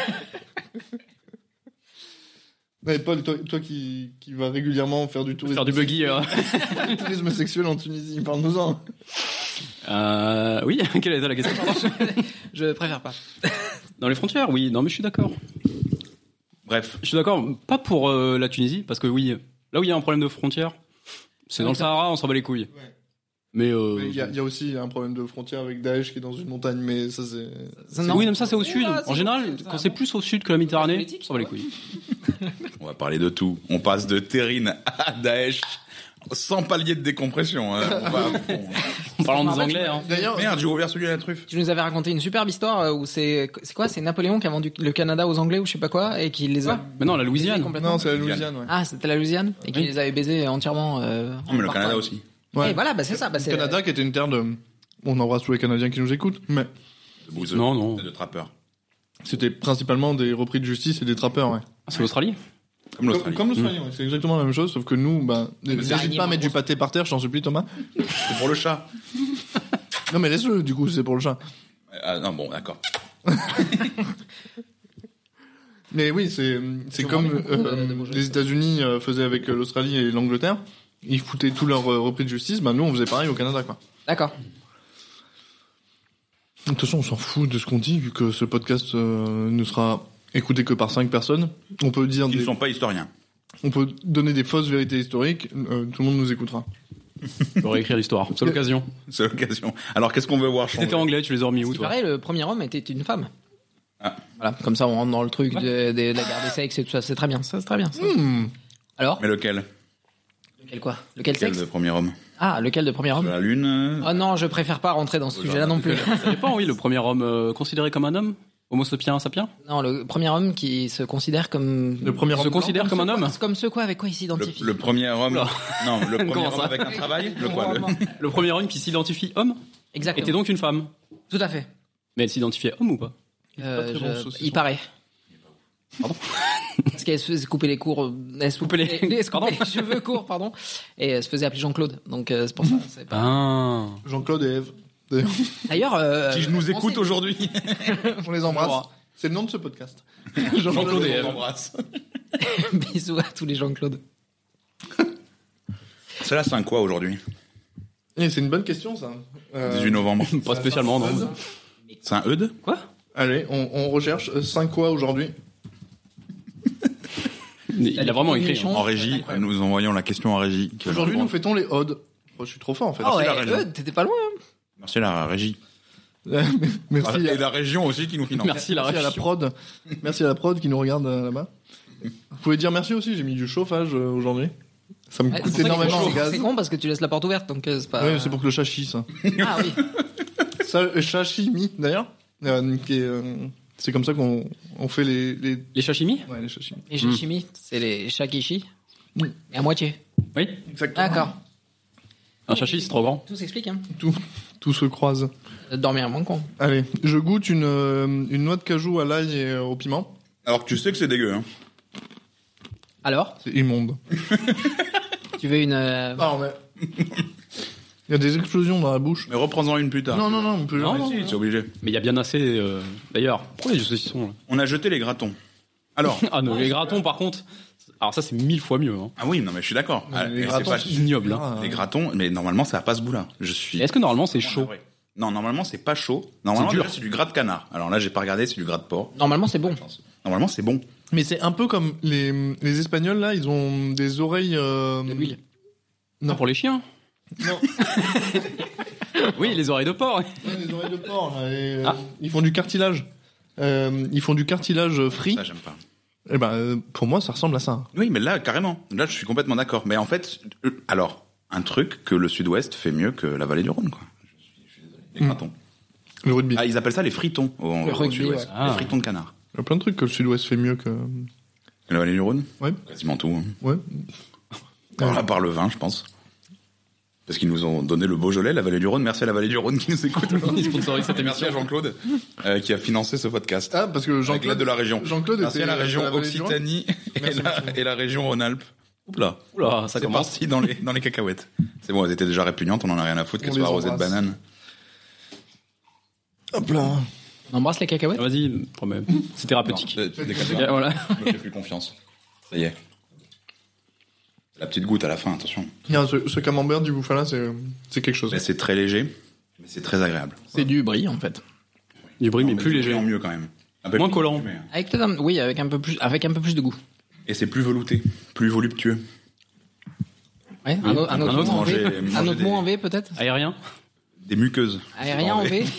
Ouais, Paul, toi qui va régulièrement faire du tourisme, Faire du buggy, tourisme sexuel en Tunisie, parle-nous-en. Oui, quelle était la question? Je préfère pas. Dans les frontières, oui. Non, mais je suis d'accord. Bref. Je suis d'accord. Pas pour la Tunisie, parce que oui, là où il y a un problème de frontière, c'est dans le Sahara, on s'en bat les couilles. Ouais. Mais Il y a aussi un problème de frontière avec Daesh qui est dans une montagne, mais ça c'est... oui, même ça c'est au sud. Ah, En général, quand c'est plus au sud que la Méditerranée, on s'en bat les couilles. On va parler de tout. On passe de Terrine à Daesh sans palier de décompression. Hein. On va à fond. En parlant des En fait, Anglais, hein. D'ailleurs, Merde, j'ai ouvert celui à la truffe. Tu nous avais raconté une superbe histoire où c'est quoi? C'est Napoléon qui a vendu le Canada aux Anglais ou je sais pas quoi et qui les a. Mais non, la Louisiane. complètement. non, c'est la Louisiane, ouais. Ah, c'était la Louisiane et qui Oui. les avait baisés entièrement. Non, mais le Canada aussi. Ouais. Et voilà, bah c'est ça. Bah, Le c'est Canada qui était une terre de... On embrasse tous les Canadiens qui nous écoutent, mais De bouseux. Non, non. De trappeurs. c'était principalement des repris de justice et des trappeurs, ouais. Ah, c'est l'Australie. Comme l'Australie. Comme l'Australie, ouais, c'est exactement la même chose, sauf que nous, n'hésite araignées pas à mettre du grosses. pâté par terre, je t'en supplie Thomas. C'est pour le chat. Non mais laisse-le, du coup, c'est pour le chat. Ah non, bon, d'accord. Mais oui, c'est comme les États-Unis faisaient avec l'Australie et l'Angleterre. ils foutaient tous leurs repris de justice, bah nous on faisait pareil au Canada, quoi. D'accord. De toute façon, on s'en fout de ce qu'on dit, vu que ce podcast ne sera écouté que par 5 personnes. On peut dire Ils ne sont pas historiens. on peut donner des fausses vérités historiques, tout le monde nous écoutera. On va réécrire l'histoire. C'est l'occasion. C'est l'occasion. Alors, qu'est-ce qu'on veut voir changer? T'étais anglais, tu les as remis où, C'est toi? pareil, le premier homme était une femme. Ah. Voilà, comme ça on rentre dans le truc de la guerre des sexes et tout ça, c'est très bien, ça c'est très bien. Ça. Alors Mais lequel? Lequel quoi? Lequel Lequel sexe? de premier homme? Ah, lequel de premier Sur homme? la Lune? Oh non, je préfère pas rentrer dans ce sujet-là non plus. Ça dépend, oui. Le premier homme considéré comme un homme? Homo sapiens sapiens? Non, le premier homme qui se considère comme... Le premier Se homme considère comme un homme? Comme ce quoi, avec quoi il s'identifie. Le premier homme. Oula. Non, le premier Comment homme ça avec un travail? Le quoi? Le premier homme qui s'identifie homme Exactement. était donc une femme. Tout à fait. Mais elle s'identifiait homme ou pas? pas très bon, saucisson. Il paraît. Pardon? Parce qu'elle se faisait couper les cours, elle se coupait elle se coupait les cheveux courts, pardon, et elle se faisait appeler Jean-Claude. Donc c'est pour ça. C'est pas... Ah. Jean-Claude et Ève. D'ailleurs, Qui nous écoute aujourd'hui? On les embrasse. C'est le nom de ce podcast. Jean-Claude et Ève. On embrasse. Bisous à tous les Jean-Claude. Celle-là, c'est un quoi aujourd'hui? Et c'est une bonne question, ça. 18 novembre. Pas spécialement, non. C'est un Eud? Quoi? Allez, on recherche 5 quoi aujourd'hui. Il a vraiment écrit. Méchant. hein. En régie, nous envoyons la question en régie. Aujourd'hui, nous fêtons les odes. Oh, je suis trop fort, en fait. Oh ouais, la région. t'étais pas loin. Merci la régie. Merci, Et la région aussi qui nous finance. Merci la merci à la réaction. prod. Merci à la prod qui nous regarde là-bas. Vous pouvez dire merci aussi, j'ai mis du chauffage aujourd'hui. Ça me Ouais, coûte c'est pour ça énormément qu'il en faut- gaz. C'est con parce que tu laisses la porte ouverte, donc c'est pas. Oui, c'est pour que le chat chie, ça. Ah oui. Ça, sashimi, d'ailleurs. C'est comme ça qu'on fait les... Les sashimi? Ouais, les sashimi. Les sashimi, c'est les shakishi. Mm. Et à moitié. Oui. Exactement. D'accord. Un shashi, c'est trop grand. Tout s'explique, hein. Tout se croise. Dormir moins con. Allez, je goûte une noix de cajou à l'ail et au piment. Alors que tu sais que c'est dégueu, hein. Alors, C'est immonde. tu veux une. Non, mais... Il y a des explosions dans la bouche. Mais reprends-en une plus tard. Non, on peut Non, jamais. non. C'est obligé. Mais il y a bien assez. D'ailleurs, pourquoi il y a du saucisson là? On a jeté les gratons. Alors. Ah non, les gratons par contre. Alors ça c'est 1000 fois mieux. Hein. Ah oui, non mais je suis d'accord. Mais Ah, les mais c'est gratons, pas- c'est ignoble, Ah, Les gratons, mais normalement ça a pas ce goût-là. Je suis. Et est-ce que normalement c'est chaud? Non, normalement c'est pas chaud. Normalement C'est dur. déjà, c'est du gras de canard. Alors là j'ai pas regardé, c'est du gras de porc. Normalement, c'est bon. Normalement c'est bon. Mais c'est un peu comme les Espagnols, là, ils ont des oreilles... De l'huile. Non, pour les chiens. Non, Oui, les oreilles de porc. ouais, des oreilles de porc. Là, et, Ah. Ils font du cartilage. Ils font du cartilage frit. Ça j'aime pas. Et ben, pour moi, ça ressemble à ça. Oui, mais là carrément. Là je suis complètement d'accord. Mais en fait, alors un truc que le Sud-Ouest fait mieux que la vallée du Rhône, quoi. Je suis désolé. Les gratons. Le rugby. Ah, ils appellent ça les fritons au rugby, Sud-Ouest. ouais. Ah. Les fritons de canard. Il y a plein de trucs que le Sud-Ouest fait mieux que... La vallée du Rhône. Ouais, Quasiment tout. Hein. ouais. Alors, à part le vin, je pense. Parce qu'ils nous ont donné le Beaujolais, la vallée du Rhône. Merci à la vallée du Rhône qui nous écoute aujourd'hui. Ils sponsorisent cette Merci à Jean-Claude qui a financé ce podcast. Ah, parce que Avec Jean-Claude... l'aide de la région. Jean-Claude Merci était à la région de la vallée du Rhône. Occitanie Merci, merci. et la région Rhône-Alpes. Oups là. Oula, ça C'est commence. parti dans les cacahuètes. C'est bon, elles étaient déjà répugnantes, on en a rien à foutre, On qu'elles les soient arrosées de embrasse. bananes. Hop là. On embrasse les cacahuètes. Ah, vas-y, promets. C'est thérapeutique. Non, des cacahuètes. Et voilà. Je me fais plus confiance. Ça y est. La petite goutte à la fin, attention. Regarde, ce camembert du Bouffala, c'est quelque chose. Mais c'est très léger, mais c'est très agréable. C'est du brie, en fait. Du bruit, mais plus En léger. mieux quand même. Un peu Moins plus collant. fumé, hein. Avec peut-être oui, avec un peu plus de goût. Et c'est plus velouté, plus voluptueux. Ouais, un autre un autre, mot en V. manger Un autre des- mot en V, peut-être. Aérien. Des muqueuses. Aérien en V.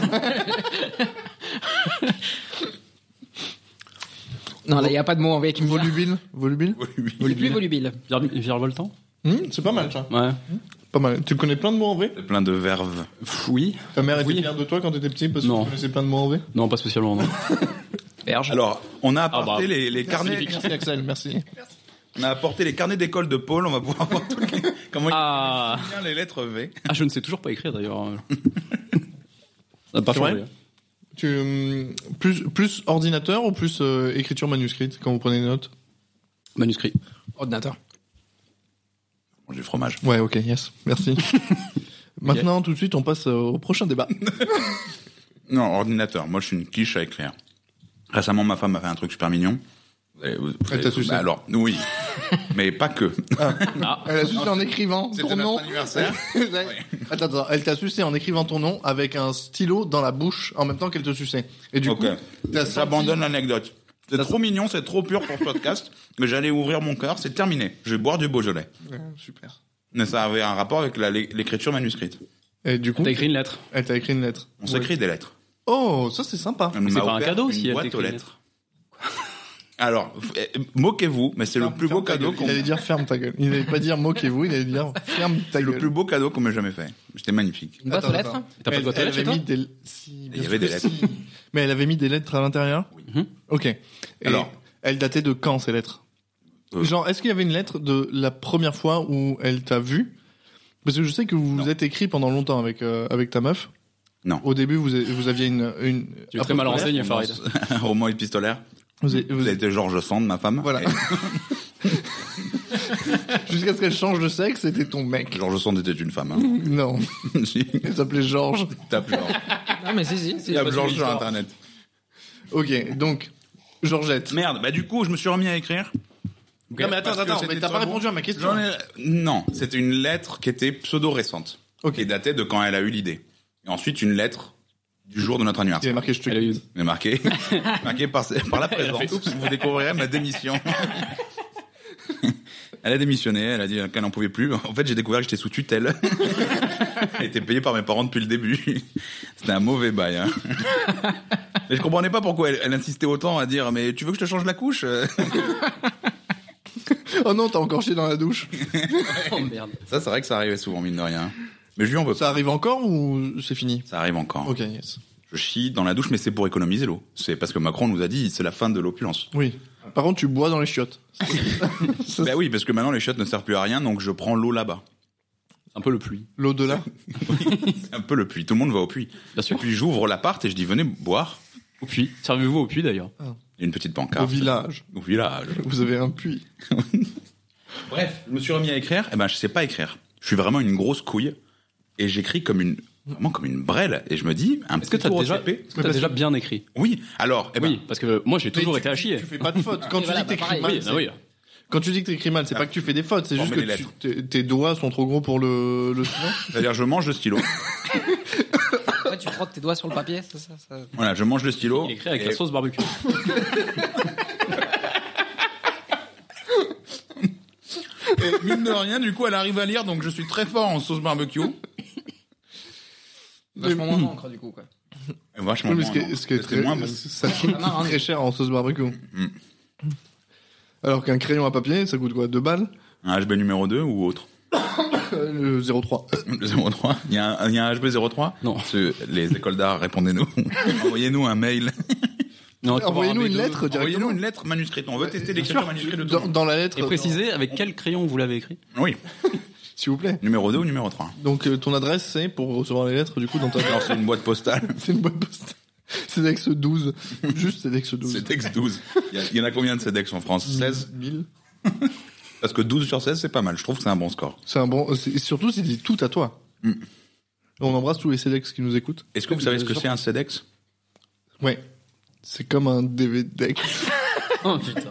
Non, là, il n'y a pas de mot en V qui me vient. Volubile. Volubile. Il est plus volubile. Virevoltant. C'est pas mal, ça. Ouais. Pas mal. Tu connais plein de mots en V? Plein de verves. Oui. Ta mère était Oui. fière de toi quand t'étais petit parce que Non. tu connaissais plein de mots en V? Non, pas spécialement. Non. Berge. Alors, on a Ah, apporté bah. les carnets. Merci Axel, merci. On a apporté les carnets d'école de Paul. On va pouvoir voir comment Ah. il bien les lettres V. Ah, je ne sais toujours pas écrire d'ailleurs. Ça n'a pas C'est changé. vrai Plus ordinateur ou plus écriture manuscrite quand vous prenez des notes? Manuscrit. Ordinateur. Mange du fromage. Ouais, ok, yes, merci. Maintenant, tout de suite, on passe au prochain débat. Non, ordinateur. Moi, je suis une quiche à écrire. Récemment, ma femme m'a fait un truc super mignon. Elle t'a sucé. Bah alors, oui. Mais pas que. Elle a sucé en écrivant C'était ton nom. notre anniversaire. Attends, elle t'a sucé en écrivant ton nom avec un stylo dans la bouche en même temps qu'elle te suçait. Et du coup, t'as senti... J'abandonne l'anecdote. C'est trop mignon, c'est trop pur pour ce podcast que j'allais ouvrir mon cœur. C'est terminé. Je vais boire du Beaujolais. Ouais, super. Mais ça avait un rapport avec l'écriture manuscrite. Et du coup, T'as écrit une lettre. elle t'a écrit une lettre. On s'écrit des lettres. Oh, ça c'est sympa. Elle c'est m'a pas un offert cadeau une si elle boîte t'écrit aux une lettres. Alors, moquez-vous, mais c'est le plus beau cadeau qu'on Il allait dire ferme ta gueule. Il n'allait pas dire moquez-vous, il allait dire ferme ta C'est gueule. le plus beau cadeau qu'on m'ait jamais fait. C'était magnifique. Une boîte aux lettres. T'as pas de boîte aux lettres chez toi Il y avait des lettres. Mais elle avait mis des lettres à l'intérieur. Mhm. Ok. Et Alors, elle datait de quand ces lettres Genre, est-ce qu'il y avait une lettre de la première fois où elle t'a vu? Parce que je sais que vous vous êtes écrit pendant longtemps avec ta meuf. Non. Au début, vous aviez une Tu es très mal renseigné, Farid. Un roman épistolaire. vous avez- C'était Georges Sand, ma femme. Voilà. Jusqu'à ce qu'elle change de sexe, c'était ton mec. Georges Sand était une femme. Hein. Non. Si. Elle s'appelait Georges. Tape Georges. Non, mais si. Tape Georges sur Internet. Ok, donc, Georgette. Merde, bah du coup, je me suis remis à écrire. Non, mais attends, Parce que mais c'était t'as pas très répondu à ma question. Non, c'était une lettre qui était pseudo-récente. Ok. Qui datait de quand elle a eu l'idée. Et ensuite, une lettre du jour de notre Il y avait anniversaire. marqué je te Elle a eu... Mais marqué par la présence. Vous découvrirez ma démission. Elle a démissionné, elle a dit qu'elle n'en pouvait plus. En fait, j'ai découvert que j'étais sous tutelle. Elle était payée par mes parents depuis le début. C'était un mauvais bail. Hein. Et je comprenais pas pourquoi elle insistait autant à dire mais tu veux que je te change la couche? Oh non, t'as encore chié dans la douche. Oh merde. Ça, c'est vrai que ça arrivait souvent, mine de rien. Mais je lui en veux pas. Ça arrive encore ou c'est fini? Ça arrive encore. Ok, yes. Je chie dans la douche, mais c'est pour économiser l'eau. C'est parce que Macron nous a dit c'est la fin de l'opulence. Oui. Par contre, tu bois dans les chiottes. Bah oui, parce que maintenant les chiottes ne servent plus à rien, donc je prends l'eau là-bas. Un peu le pluie. L'au-delà. C'est un peu le puits. Tout le monde va au puits. Bien sûr. Et puis j'ouvre l'appart et je dis venez boire. Au puits. Servez-vous au puits d'ailleurs. Il y a une petite pancarte. Au village. Au village. Vous avez un puits. Bref, je me suis remis à écrire. Eh ben, je sais pas écrire. Je suis vraiment une grosse couille et j'écris vraiment comme une brêle. Et je me dis, Est-ce que t'as déjà bien écrit? Oui. Alors, eh ben, Oui, parce que moi j'ai toujours Mais été à chier. Tu fais pas de fautes. Quand Et tu voilà, dis que t'écris pareil. mal, Oui, c'est- oui. quand tu dis que t'écris mal, c'est pas que tu fais des fautes, c'est juste Former que les tes doigts sont trop gros pour le stylo. c'est-à-dire, je mange le stylo. Ouais, tu frottes tes doigts sur le papier, c'est ça. Voilà, je mange le stylo. Il écrit avec et- la sauce barbecue. Et mine de rien, du coup, elle arrive à lire, donc je suis très fort en sauce barbecue. Vachement moins d'encre, du coup, quoi. Et vachement Oui, mais moins, non. ce qui est C'était très, moins bon. ça coûte non, très cher en sauce barbecue. Alors qu'un crayon à papier, ça coûte quoi? 2 balles? Un HB numéro 2 ou autre? Le 03. Le 03. Il y a un HB 03? Non. Les écoles d'art, répondez-nous. Envoyez-nous un mail. Non, tu Envoyez-nous vas une avoir lettre directement. Envoyez-nous une lettre manuscrite. On veut tester l'écriture manuscrite de tout le monde. Dans la lettre. Et précisez avec quel crayon vous l'avez écrit. Oui. S'il vous plaît. Numéro 2 ou numéro 3? Donc, ton adresse, c'est pour recevoir les lettres, du coup, dans ta Alors, c'est une boîte postale. c'est une boîte postale. CEDEX 12. Juste CEDEX 12. CEDEX 12. Il y en a combien de CEDEX en France? 16? 1000. Parce que 12 sur 16, c'est pas mal. Je trouve que c'est un bon score. C'est un bon, surtout, c'est dit tout à toi. On embrasse tous les CEDEX qui nous écoutent. Est-ce que vous savez ce que c'est un CEDEX? Ouais. C'est comme un DVD. Oh putain.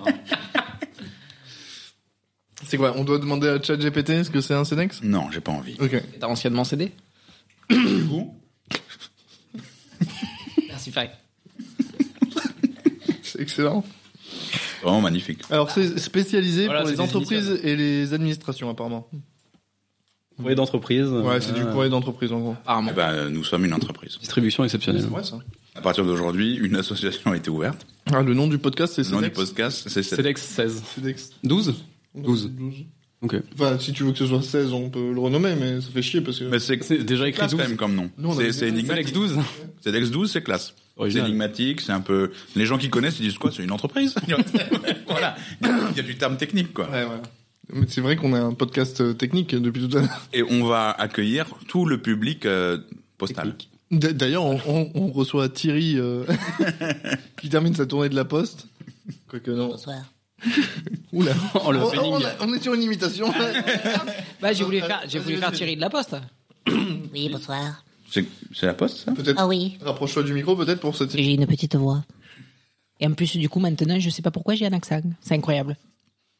C'est quoi? On doit demander à ChatGPT ce que c'est un CEDEX? Non, j'ai pas envie. Ok. T'as anciennement cédé? Du coup, Merci, Farid. C'est excellent. vraiment magnifique. Alors, c'est spécialisé Voilà, pour c'est les des entreprises et les administrations, apparemment. Courrier d'entreprise. Ouais, c'est du courrier d'entreprise, en gros. Apparemment. Eh ben, nous sommes une entreprise. Distribution exceptionnelle. C'est vrai, ça. À partir d'aujourd'hui, une association a été ouverte. Ah, le nom du podcast, c'est Le nom du CEDEX. podcast, c'est CEDEX. CEDEX 16. CEDEX. 12 12. Ok. Enfin, si tu veux que ce soit 16, on peut le renommer, mais ça fait chier parce que... Mais c'est C'est déjà écrit classe 12. quand même comme nom. Nous, on a C'est mis c'est CEDEX énigmatique. 12. CEDEX 12, c'est classe. C'est Original. énigmatique, c'est un peu... Les gens qui connaissent, ils disent quoi? C'est une entreprise? Voilà. Il y a du terme technique, quoi. Ouais, ouais. Mais c'est vrai qu'on a un podcast technique depuis tout à l'heure. Et on va accueillir tout le public postal. D'ailleurs, on reçoit Thierry qui termine sa tournée de la Poste. Quoique non. Bonsoir. Oula. Oh, le opening. On est sur une imitation. Bah, j'ai voulu faire Thierry de la Poste. Oui, bonsoir. C'est la poste, ça? Peut-être. Ah oui, Rapproche-toi du micro, peut-être, pour cette... j'ai une petite voix. Et en plus, du coup, maintenant, je sais pas pourquoi j'ai un accent. C'est incroyable.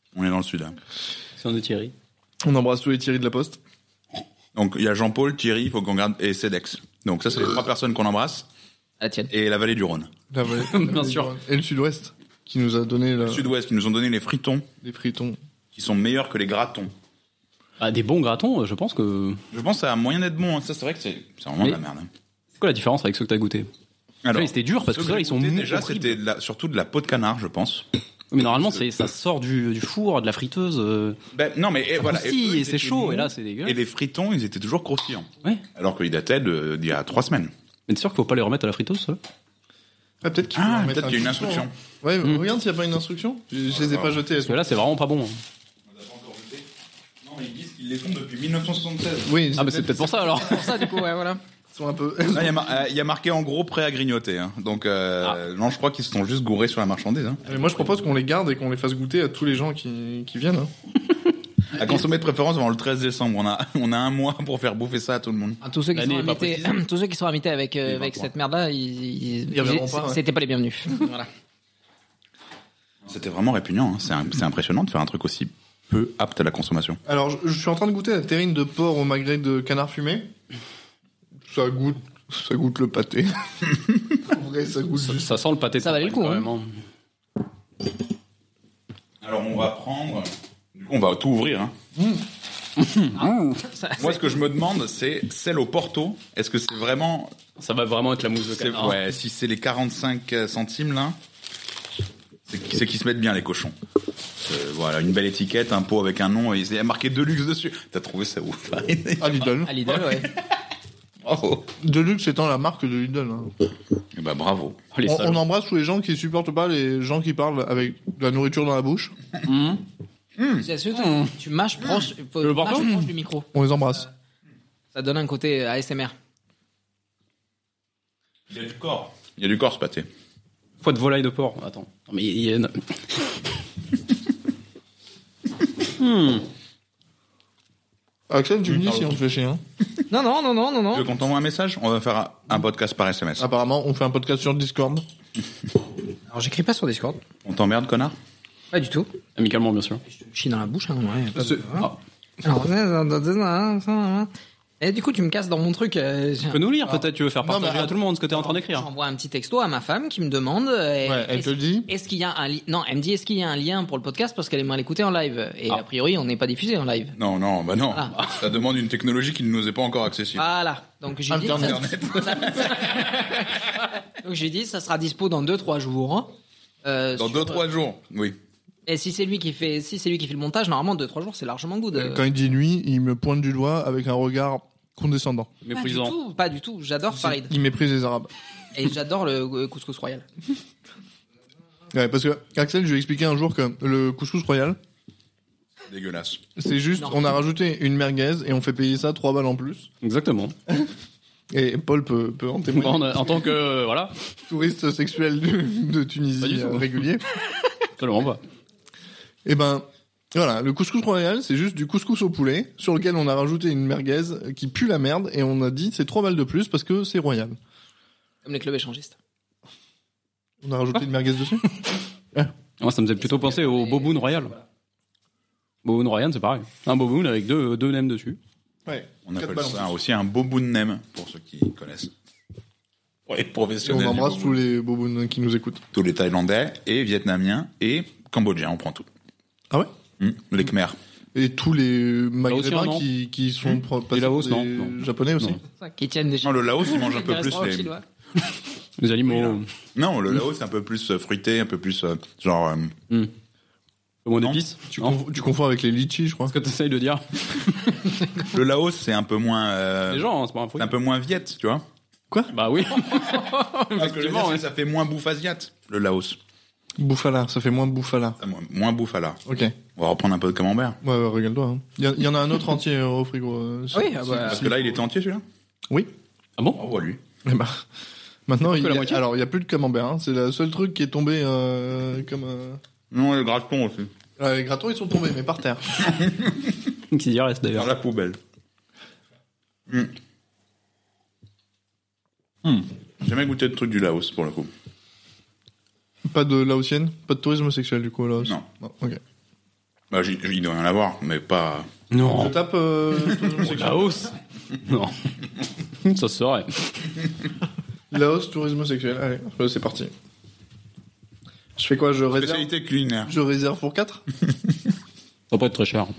On est dans le sud. Hein. C'est un de Thierry. On embrasse tous les Thierry de la Poste. Donc il y a Jean-Paul, Thierry, il faut qu'on garde, et Cedex. Donc ça, c'est les 3 personnes qu'on embrasse. À la tienne. Et la vallée du Rhône. Bien sûr. Et le sud-ouest, qui nous a donné Le sud-ouest, qui nous ont donné les fritons, les fritons. qui sont meilleurs que les gratons. Ah, des bons gratons, je pense que... Je pense que ça a moyen d'être bon. Hein. Ça, c'est vrai que c'est vraiment de la merde. Hein. C'est quoi la différence avec ceux que t'as goûté? Alors, c'était dur parce que ceux ça, ils sont goûtés, mous, déjà, horribles. c'était surtout de la peau de canard, je pense. Mais normalement, ça sort du four, de la friteuse. Ben, non, mais voilà. Croustille, et eux, c'est ils chaud, étaient et là, mous, c'est dégueu. Et les fritons, ils étaient toujours croustillants. Ouais. Alors qu'ils dataient d'il y a 3 semaines. Mais t'es sûr qu'il faut pas les remettre à la friteuse, ça? Ah, peut-être qu'il faut Ah, remettre peut-être qu'il y a une un instruction. hein. Ouais, regarde s'il n'y a pas une instruction. Je les ai pas jetés. Parce que là, c'est vraiment pas bon. On les a pas encore jetés. Non, mais ils disent qu'ils les font depuis 1976. Oui, Ah, bah c'est peut-être pour ça, alors. Pour ça, du coup, ouais, voilà. Ils sont un peu. Là, il y a marqué en gros prêt à grignoter. Hein. Donc, non, je crois qu'ils se sont juste gourés sur la marchandise. Hein. Mais moi, je propose qu'on les garde et qu'on les fasse goûter à tous les gens qui viennent. Hein. À consommer de préférence avant le 13 décembre. On a un mois pour faire bouffer ça à tout le monde. Ah, tous ceux qui L'année sont est pas invités, tous ceux qui sont invités avec cette merde-là, ils reviendront pas, ouais. c'était pas les bienvenus. Voilà. C'était vraiment répugnant. Hein. C'est impressionnant de faire un truc aussi peu apte à la consommation. Alors, je suis en train de goûter la terrine de porc au magret de canard fumé. Ça goûte le pâté. En vrai, ça goûte juste. Ça sent le pâté de Ça valait le coup, campagne, hein. carrément. Alors, on va prendre... Du coup, on va tout ouvrir. Hein. Moi, ce que je me demande, c'est celle au Porto. Est-ce que c'est vraiment... Ça va vraiment être la mousse de canard. Ouais, si c'est les 45 centimes, là, c'est qu'ils se mettent bien, les cochons. Voilà, une belle étiquette, un pot avec un nom, et il y a marqué Deluxe dessus. T'as trouvé ça ouf? À Lidl. À Lidl, ouais. Bravo. Deluxe étant la marque de Lidl. Hein. Eh ben, bravo. Oh, les On salauds. embrasse tous les gens qui supportent pas les gens qui parlent avec de la nourriture dans la bouche. C'est sûr, tu mâches proche, Le Porto mâches proche du micro. On les embrasse. Ça donne un côté ASMR. Il y a du corps. Il y a du corps, ce pâté. Foie de volaille de porc. Attends. Non, mais il y a... Axel, tu me dis si on te fait chier. Hein. Non. Tu veux qu'on t'envoie un message? On va faire un podcast par SMS. Apparemment, on fait un podcast sur Discord. Alors, j'écris pas sur Discord. On t'emmerde, connard? Pas du tout. Amicalement, bien sûr. Je te chie dans la bouche, hein, ouais. Pas de- Ah. Alors, et du coup, tu me casses dans mon truc. Tu peux nous lire, peut-être, tu veux faire Non, partager mais à tout le monde ce que t'es en train d'écrire. J'envoie un petit texto à ma femme qui me demande. Ouais, elle te le dit. Est-ce qu'il y a un non, elle me dit est-ce qu'il y a un lien pour le podcast parce qu'elle aimerait l'écouter en live. Et a priori, on n'est pas diffusé en live. Non, bah non. Ah. Ça demande une technologie qui ne nous est pas encore accessible. Voilà. Donc j'ai dit. Internet. Donc j'ai dit ça sera dispo dans 2-3 jours. Dans sur- 2-3 jours, oui. Et si c'est lui qui fait le montage, normalement 2-3 jours c'est largement good. Quand il dit lui, il me pointe du doigt avec un regard condescendant. Méprisant. Pas du tout. J'adore Farid. Il méprise les Arabes. Et j'adore le couscous royal. Ouais, parce que Axel, je lui ai expliqué un jour que le couscous royal, Dégueulasse. c'est juste, Non. on a rajouté une merguez et on fait payer ça 3 balles en plus. Exactement. Et Paul peut en témoigner. En tant que... Voilà. Touriste sexuel de Pas du Tunisie tout. régulier. Absolument pas. Et ben, voilà, le couscous royal, c'est juste du couscous au poulet sur lequel on a rajouté une merguez qui pue la merde et on a dit c'est 3 balles de plus parce que c'est royal. Comme les clubs échangistes. On a rajouté une merguez dessus. Moi, ça me faisait plutôt penser au Boboon Royal. Boboon Royal, c'est pareil. Un Boboon avec deux nems dessus. Ouais. On 4 appelle balles en ça plus. aussi un boboon nem, pour ceux qui connaissent. Pour les Et professionnels. on du embrasse boboon. tous les bobounes qui nous écoutent. Tous les Thaïlandais et Vietnamiens et Cambodgiens, on prend tout. Ah ouais? Les Khmers. Et tous les maghrébins non qui sont passés Laos, pour des non. japonais aussi. Non. Qui tiennent des Non, le Laos, ils mangent un peu plus restaurants les... chinois. Les animaux... Non, le Laos, c'est un peu plus fruité, un peu plus genre... Le moins Non. d'épices. Tu, Non. tu confonds avec les litchis, je crois. Ce que t'essayes de dire. Le Laos, c'est un peu moins... Les gens, hein, c'est pas un c'est fruit. un peu moins viette, tu vois. Bah oui. Parce que je veux dire, Effectivement, c'est ouais. que ça fait moins bouffe asiate, le Laos. Bouffala, ça fait moins bouffala. Ça, moins bouffe à l'art. Ok. On va reprendre un peu de camembert. Ouais, régale-toi. Hein. Il y en a un autre entier au frigo. Oui, ah bah, Parce que là, il était entier, celui-là. Oui. Ah bon? Bravo à lui. Eh ben, maintenant, Que la moitié. alors il y a plus de camembert. Hein. C'est le seul truc qui est tombé comme. Non, le graton aussi. Les gratons, ils sont tombés, mais par terre. Qui y reste Dans d'ailleurs. la poubelle. J'ai jamais goûté de truc du Laos, pour le coup. Pas de laotienne, pas de tourisme sexuel du coup au Laos. Non. Ok. Bah, il doit y en avoir, mais pas... Je Non. tape tourisme sexuel. La hausse. Non. Ça se saurait. Laos, tourisme sexuel. Allez, c'est parti. Je fais quoi? Je réserve. Spécialité culinaire. Je réserve pour 4. Ça va pas être très cher.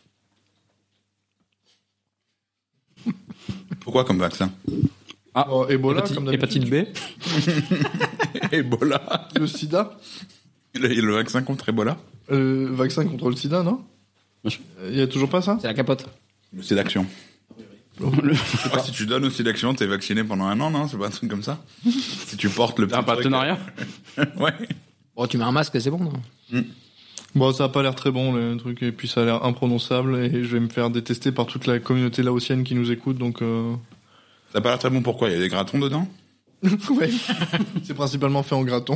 Pourquoi comme vaccin? Oh, Ebola, comme d'habitude. Hépatite B. Ebola. Le sida. Le vaccin contre Ebola. Vaccin contre le sida, non? Il y a toujours pas ça? C'est la capote. Le sédaction. Si tu donnes au sédaction, t'es vacciné pendant 1 an, non? C'est pas un truc comme ça? Si tu portes le petit Un truc- partenariat. Ouais. Bon, tu mets un masque, c'est bon, non? Bon, ça a pas l'air très bon, le truc, et puis ça a l'air imprononçable, et je vais me faire détester par toute la communauté laotienne qui nous écoute, donc Ça a pas l'air très bon, pourquoi? Il y a des gratons dedans? ouais. C'est principalement fait en graton.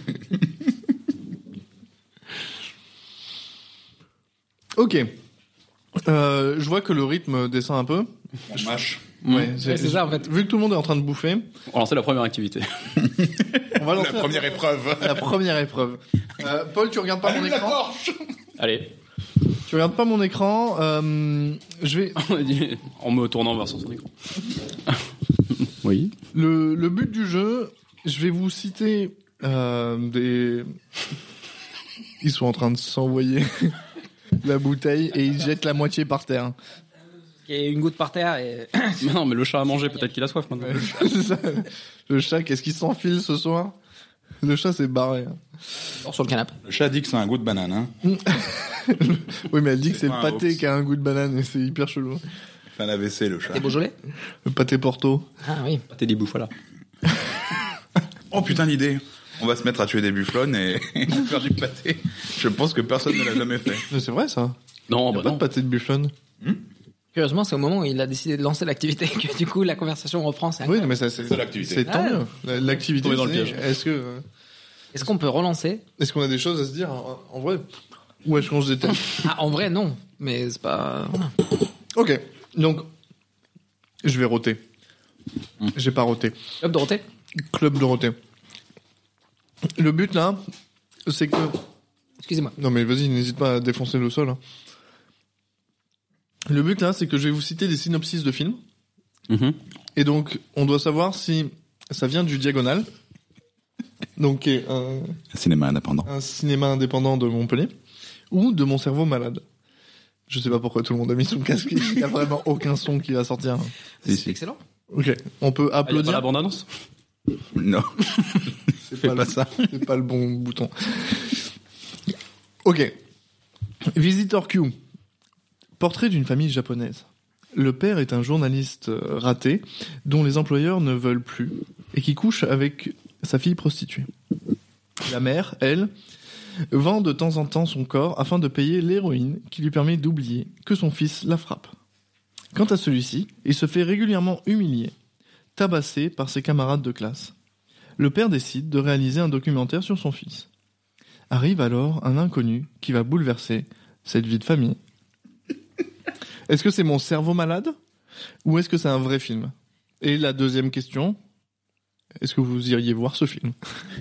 Ok. Je vois que le rythme descend un peu. On mâche. Ouais, c'est ça, en fait. Vu que tout le monde est en train de bouffer, On va lancer la première activité. on va lancer La première épreuve. la première épreuve. Paul, tu regardes pas mon Allume la écran? torche. Allez. Tu regardes pas mon écran? Je vais. En me tournant vers son écran. Oui. Le but du jeu, je vais vous citer des. Ils sont en train de s'envoyer la bouteille et ils jettent la moitié par terre. Il y a une goutte par terre et... Mais non, mais le chat a mangé, peut-être qu'il a soif maintenant. Ouais, c'est ça. Le chat, qu'est-ce qu'il s'enfile ce soir? Le chat s'est barré. sur le canapé. Le chat dit que c'est un goût de banane, hein. Oui, mais elle dit que c'est le pas un pâté ops. qui a un goût de banane et c'est hyper chelou. Il fait un AVC, le chat. Des Beaujolais? Le pâté Porto. Ah oui. T'es des bouffes, voilà. Oh putain, l'idée. On va se mettre à tuer des bufflonnes et faire du pâté. Je pense que personne ne l'a jamais fait. Mais c'est vrai ça. Non, Il y a bah pas non. de pâté de bufflonne. Curieusement, c'est au moment où il a décidé de lancer l'activité que du coup la conversation reprend. C'est Oui, incroyable. mais ça, c'est C'est l'activité. C'est tant Ah. mieux. L'activité, Tombé dans le c'est- piège. Est-ce qu'on peut relancer? Est-ce qu'on a des choses à se dire en vrai? Ou est-ce qu'on se déteste? Ah, en vrai, non. Mais c'est pas... voilà. Ok. Donc, je vais roter. J'ai pas roté. Club Dorothée? Club Dorothée. Le but là, c'est que. Excusez-moi. Non mais vas-y, n'hésite pas à défoncer le sol. hein. Le but là, c'est que je vais vous citer des synopsis de films. Mhm. Et donc, on doit savoir si ça vient du Diagonal. Donc, qui est Cinéma indépendant. un cinéma indépendant de Montpellier. Ou de Mon cerveau malade. Je sais pas pourquoi tout le monde a mis son casque. Il y a vraiment aucun son qui va sortir. C'est excellent. Ok. On peut Ah, y a pas applaudir. la bande-annonce? Non. Fais pas ça. C'est pas le bon bouton. Ok. Visitor Q. Portrait d'une famille japonaise. Le père est un journaliste raté dont les employeurs ne veulent plus et qui couche avec sa fille prostituée. La mère, elle, vend de temps en temps son corps afin de payer l'héroïne qui lui permet d'oublier que son fils la frappe. Quant à celui-ci, il se fait régulièrement humilier, tabassé par ses camarades de classe. Le père décide de réaliser un documentaire sur son fils. Arrive alors un inconnu qui va bouleverser cette vie de famille. Est-ce que c'est mon cerveau malade ou est-ce que c'est un vrai film? Et la deuxième question, est-ce que vous iriez voir ce film?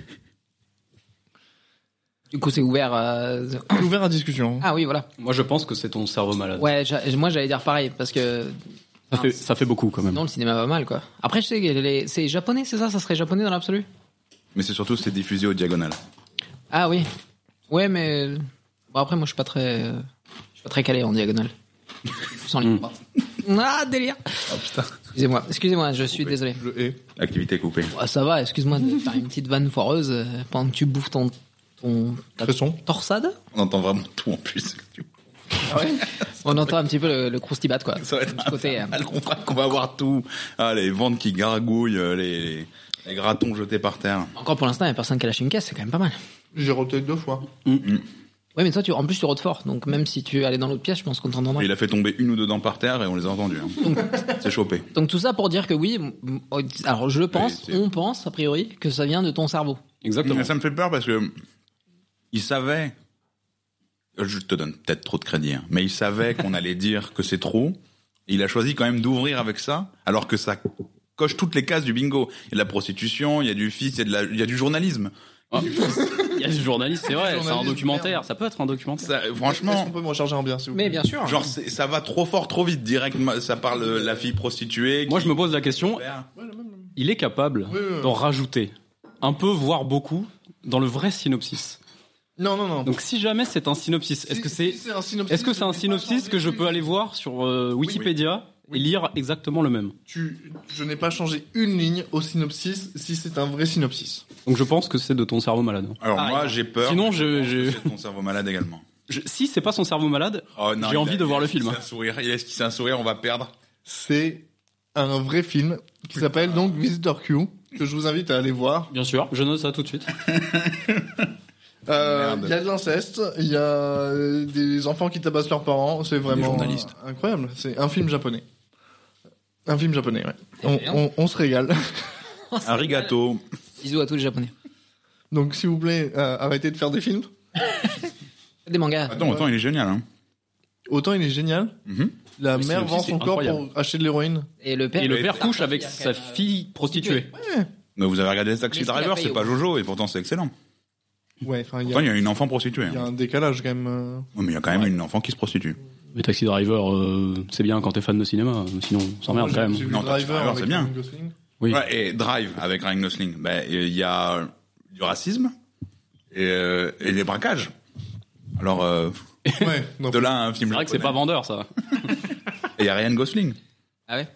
Du coup, c'est ouvert à... Ouvert à discussion. Ah oui, voilà. Moi, je pense que c'est ton cerveau malade. Ouais, moi j'allais dire pareil, parce que... Ça fait beaucoup, quand même. Non, le cinéma va mal, quoi. Après, je sais que c'est japonais, c'est ça? Ça serait japonais dans l'absolu? Mais c'est surtout, c'est diffusé au diagonal. Ah oui. Ouais, mais... Bon, après, moi, je suis pas très calé en diagonale. Sans les droits. Ah, délire. Oh putain. Excusez-moi, je suis désolé. Je hais. Activité coupée. Ah, ça va, excuse-moi de faire une petite vanne foireuse pendant que tu bouffes ta Fresson. torsade. On entend vraiment tout en plus. On entend un petit peu le croustibat, quoi. Ça va être Du côté, mal qu'on va avoir tout. Ah, les ventres qui gargouillent, les gratons jetés par terre. Encore pour l'instant, il n'y a personne qui a lâché une caisse, c'est quand même pas mal. J'ai roté 2 fois. Ouais, mais toi, en plus, tu rôdes fort. Donc, même si tu allais dans l'autre pièce, je pense qu'on t'entendra. Il a fait tomber 1 ou 2 dents par terre et on les a entendus. Hein. C'est chopé. Donc, tout ça pour dire que oui, alors je pense, Oui, c'est- on pense, a priori, que ça vient de ton cerveau. Exactement. Mais ça me fait peur parce que il savait. Je te donne peut-être trop de crédit, hein, mais il savait qu'on allait dire que c'est trop. Il a choisi quand même d'ouvrir avec ça, alors que ça coche toutes les cases du bingo. Il y a de la prostitution, il y a du fils, il y a du journalisme. Ah. Il y a des journalistes, c'est vrai, c'est un Journaliste, documentaire, merde. ça peut être un documentaire. Ça, Est-ce franchement, qu'on peut me recharger en bière, s'il vous plaît? Mais bien sûr. genre ça va trop fort, trop vite. Direct, ça parle de la fille prostituée. Moi qui- je me pose la question, il est capable Oui, oui, oui. d'en rajouter un peu, voire beaucoup, dans le vrai synopsis. Non. Donc si jamais c'est un synopsis, est-ce que c'est un synopsis, est-ce que c'est un je vais pas synopsis changer que je une peux aller voir sur Wikipédia et lire exactement le même? Je n'ai pas changé une ligne au synopsis si c'est un vrai synopsis. Donc je pense que c'est de ton cerveau malade. Alors Ah, moi, j'ai peur. Sinon, que c'est ton cerveau malade également. Si c'est pas son cerveau malade, Oh, non, j'ai envie de voir le film. Il a esquissé un sourire. Il a esquissé un sourire. On va perdre. C'est un vrai film qui s'appelle donc Visitor Q, que je vous invite à aller voir. Bien sûr, je note ça tout de suite. Il y a de l'inceste, il y a des enfants qui tabassent leurs parents, c'est vraiment journalistes. Incroyable. C'est un film japonais. Un film japonais, ouais. bien. On se régale. Arigato. Bisous à tous les Japonais. Donc s'il vous plaît, arrêtez de faire des films. Des mangas. Attends, il est génial. Hein. Autant il est génial, Mhm. la Le mère synopsis, vend c'est son corps incroyable. pour acheter de l'héroïne. Et le père. Et le Ouais, père c'est couche un avec père sa qui a- fille prostituée. Mais vous avez regardé Taxi Mais est-ce qu'il a Driver, payé c'est ou pas pas Jojo, et pourtant c'est excellent. Ouais, enfin il y Pourtant, a, il y a une enfant prostituée. il y a Hein. un décalage quand même. Ouais, mais il y a quand même une enfant qui se prostitue. Mais Taxi Driver, c'est bien quand t'es fan de cinéma, sinon on s'emmerde quand J'ai même. vu Non, Driver Driver, avec c'est bien. Ryan Gosling. Oui. Ouais, et Drive avec Ryan Gosling. Ben, il y a du racisme et des braquages. Alors, Ouais, donc, de là un film. C'est vrai que c'est pas vendeur ça. Et il y a Ryan Gosling, Ah ouais.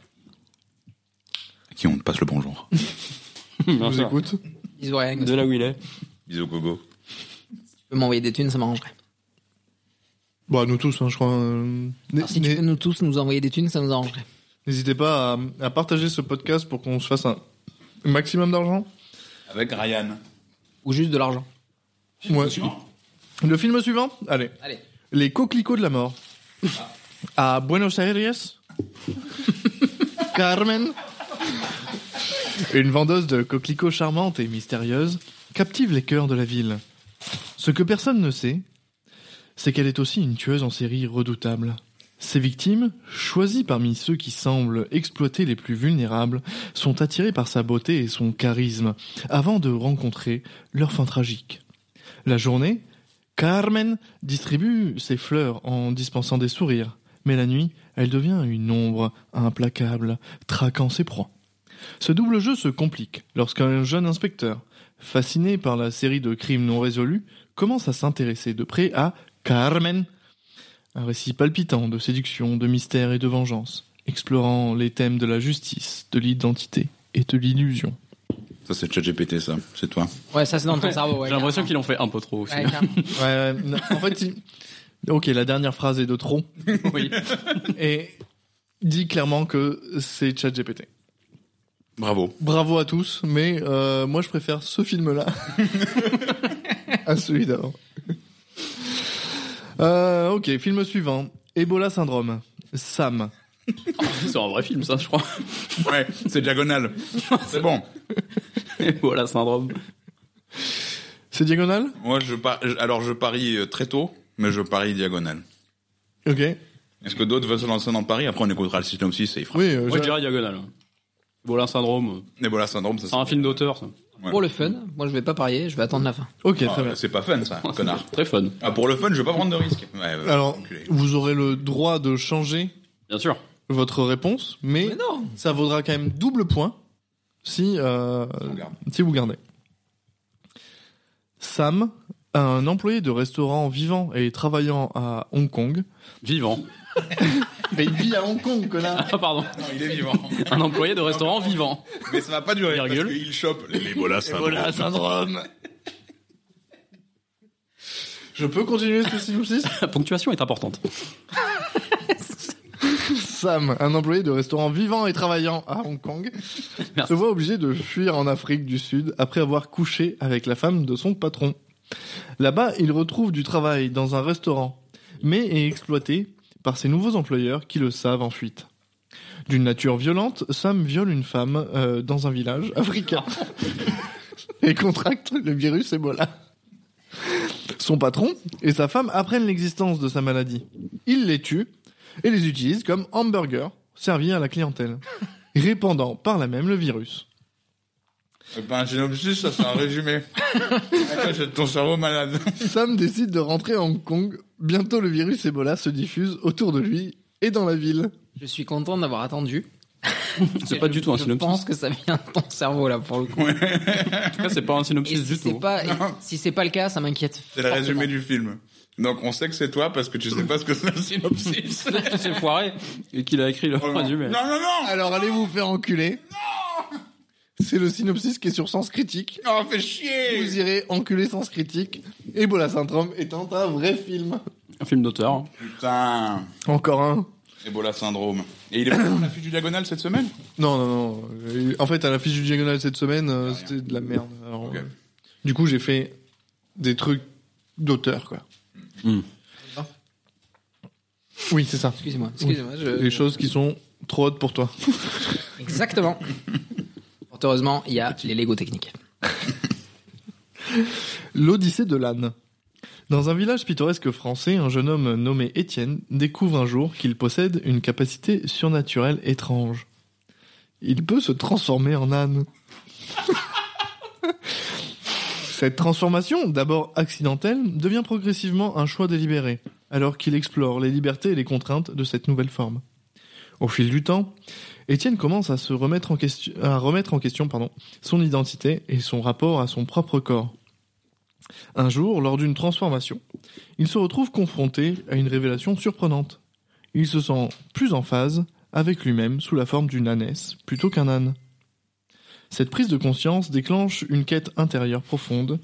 à qui on passe le bonjour. je Bien vous sûr. écoute. Bisous rien. De là où il est. Bisous Gogo. Tu peux m'envoyer des thunes, ça m'arrangerait. Bon, nous tous, hein, je crois. Alors, si tu peux nous tous nous envoyer des thunes, ça nous arrangerait. N'hésitez pas à partager ce podcast pour qu'on se fasse un maximum d'argent. Avec Ryan. Ou juste de l'argent. Ouais. Le film suivant, allez. Allez. Les coquelicots de la mort. À Buenos Aires, Carmen, une vendeuse de coquelicots charmante et mystérieuse, captive les cœurs de la ville. Ce que personne ne sait, c'est qu'elle est aussi une tueuse en série redoutable. Ses victimes, choisies parmi ceux qui semblent exploiter les plus vulnérables, sont attirées par sa beauté et son charisme, avant de rencontrer leur fin tragique. La journée, Carmen distribue ses fleurs en dispensant des sourires, mais la nuit, elle devient une ombre implacable, traquant ses proies. Ce double jeu se complique lorsqu'un jeune inspecteur, fasciné par la série de crimes non résolus, commence à s'intéresser de près à Carmen, un récit palpitant de séduction, de mystère et de vengeance, explorant les thèmes de la justice, de l'identité et de l'illusion. Ça, c'est ChatGPT, ça. C'est toi. Ouais, ça c'est dans ton cerveau. Ouais, J'ai l'impression carrément. qu'ils l'ont fait un peu trop aussi. Ouais, carrément. Ouais, non, en fait, ok, la dernière phrase est de trop, Oui. et dit clairement que c'est ChatGPT. Bravo. Bravo à tous, mais moi je préfère ce film-là à celui d'avant. Ok, film suivant. Ebola Syndrome. Sam. C'est un vrai film ça, je crois. Ouais, c'est diagonal. C'est bon. Et voilà, syndrome. C'est diagonal? Moi, alors je parie très tôt, mais je parie diagonal. Ok. Est-ce que d'autres veulent se lancer dans le pari? Après, on écoutera le synopsis et il fera. Oui, Moi je dirais diagonale. Voilà, syndrome. Ebola syndrome, ça C'est un film d'auteur ça. Ouais. Pour le fun, moi je vais pas parier, je vais attendre la fin. Ok, Ah, très bien. c'est pas fun, ça, connard. Très fun. Ah, pour le fun, je vais pas prendre de risques. Ouais, Alors, enculé. vous aurez le droit de changer Bien sûr. votre réponse, mais Mais non. ça vaudra quand même double point si, garde. si vous gardez. Sam, un employé de restaurant vivant et travaillant à Hong Kong. Vivant. Mais il vit à Hong Kong, connard. Ah pardon. Non, il est vivant. Un employé de restaurant vivant. Mais ça va pas durer, parce Virgule. qu'il chope l'Ebola syndrome. Ebola syndrome. Je peux continuer ce synopsis? La ponctuation est importante. Sam, un employé de restaurant vivant et travaillant à Hong Kong, Merci. se voit obligé de fuir en Afrique du Sud après avoir couché avec la femme de son patron. Là-bas, il retrouve du travail dans un restaurant, mais est exploité par ses nouveaux employeurs qui le savent en fuite. D'une nature violente, Sam viole une femme dans un village africain et contracte le virus Ebola. Son patron et sa femme apprennent l'existence de sa maladie. Il les tue et les utilise comme hamburgers servis à la clientèle, répandant par là même le virus. C'est pas un synopsis, ça c'est un résumé. C'est ton cerveau malade. Sam décide de rentrer à Hong Kong. Bientôt, le virus Ebola se diffuse autour de lui et dans la ville. Je suis content d'avoir attendu. C'est pas du tout un synopsis. Je pense que ça vient de ton cerveau, là, pour le coup. En tout cas, c'est pas un Et synopsis si du c'est tout. si c'est pas le cas, ça m'inquiète. C'est le fortement. résumé du film. Donc on sait que c'est toi parce que tu sais pas ce que c'est un synopsis. C'est foiré. Et qu'il a écrit le résumé. Non, non, non. Alors, allez vous faire enculer. C'est le synopsis qui est sur Sens Critique. Oh, fais chier. Vous irez enculer Sens Critique. Ebola Syndrome étant un vrai film. Un film d'auteur. Hein. Putain. Encore un. Ebola syndrome. Et il est pas dans l'affiche du Diagonal cette semaine? Non, non, non. En fait, à l'affiche du Diagonal cette semaine, c'était de la merde. Alors, Ok. Du coup, j'ai fait des trucs d'auteur, quoi. Oui, c'est ça. Excusez-moi. Des choses qui sont trop hautes pour toi. Exactement. Fort heureusement, il y a les Lego techniques. L'Odyssée de l'âne. Dans un village pittoresque français, un jeune homme nommé Étienne découvre un jour qu'il possède une capacité surnaturelle étrange. Il peut se transformer en âne. Cette transformation, d'abord accidentelle, devient progressivement un choix délibéré, alors qu'il explore les libertés et les contraintes de cette nouvelle forme. Au fil du temps, Étienne commence à remettre en question son identité et son rapport à son propre corps. Un jour, lors d'une transformation, il se retrouve confronté à une révélation surprenante. Il se sent plus en phase avec lui-même sous la forme d'une ânesse plutôt qu'un âne. Cette prise de conscience déclenche une quête intérieure profonde.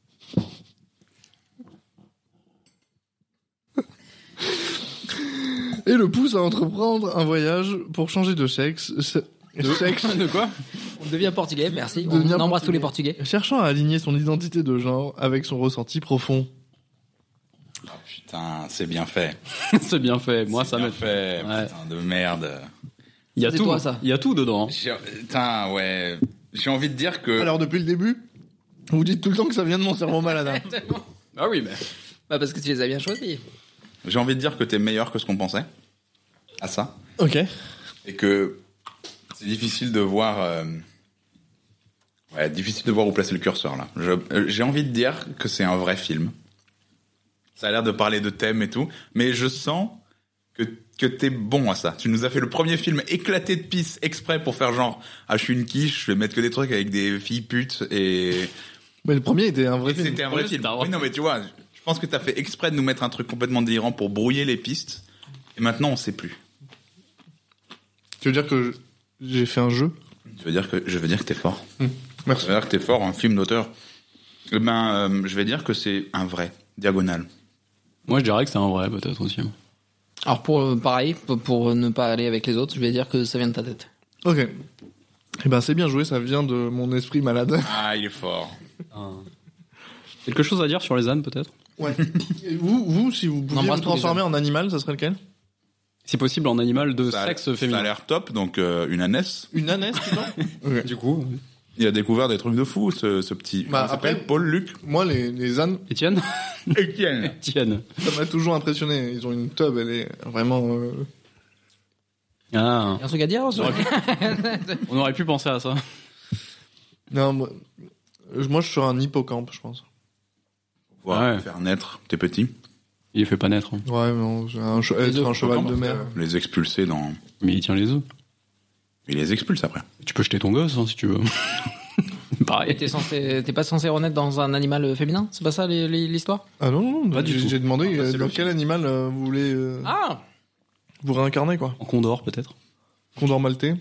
Et le pousse à entreprendre un voyage pour changer de sexe. De quoi? On devient portugais, merci. On Devenir embrasse tous les portugais. portugais. Cherchant à aligner son identité de genre avec son ressenti profond. Oh, putain, c'est bien fait. C'est bien fait. Moi, ça bien m'aide. fait. Ouais. Putain de merde. Il y a C'est tout. toi, ça. Il y a tout dedans. Putain, ouais. J'ai envie de dire que. Alors depuis le début, vous dites tout le temps que ça vient de mon cerveau malade. Hein. Ah oui, mais. Bah parce que tu les as bien choisis. J'ai envie de dire que t'es meilleur que ce qu'on pensait. À ça. Ok. Et que c'est difficile de voir. Difficile de voir où placer le curseur là. J'ai envie de dire que c'est un vrai film. Ça a l'air de parler de thèmes et tout, mais je sens que t'es bon à ça. Tu nous as fait le premier film éclaté de pisse exprès pour faire genre je suis une quiche, je vais mettre que des trucs avec des filles putes et Mais le premier était un vrai film. c'était un vrai Ouais, film. c'était un vrai Oui, non mais tu vois, je pense que t'as fait exprès de nous mettre un truc complètement délirant pour brouiller les pistes. Et maintenant on sait plus. Tu veux dire que j'ai fait un jeu? Je veux dire que t'es fort. Merci. Je veux dire que t'es fort en film d'auteur. Eh ben, je vais dire que c'est un vrai Diagonal. Moi, je dirais que c'est un vrai, peut-être aussi. Alors pareil, pour ne pas aller avec les autres, je vais dire que ça vient de ta tête. Ok. Eh ben c'est bien joué, ça vient de mon esprit malade. Ah, il est fort. Quelque chose à dire sur les ânes, peut-être? Ouais. Et vous, si vous pouviez embrasse vous tous les transformer en animal, ça serait lequel? Si possible, en animal de Ça sexe a féminin. l'air top, donc une ânesse. Une ânesse, tu vois? Ok. Du coup, Il a découvert des trucs de fou, ce petit. Bah, Comment il s'appelle après- Paul Luc. Moi, les ânes, Étienne? Etienne. Étienne. ça m'a toujours impressionné. Ils ont une tub, elle est vraiment... Ah. Y a un truc à dire sur- On aurait pu penser à ça. Non, moi, je suis un hippocampe, je pense. Ouais. Ouais. Faire naître tes petits. Il les fait pas naître. Hein. Ouais, non, être œufs, un cheval de mer. Les expulser dans. Mais il tient les œufs. Il les expulse après. Tu peux jeter ton gosse, hein, si tu veux. Pareil. T'es pas censé renaître dans un animal féminin? C'est pas ça l'histoire? Ah non, non, Pas du tout. j'ai demandé Ah, bah, c'est dans le quel animal vous voulez Ah! vous réincarner, quoi. En condor, peut-être. Condor maltais.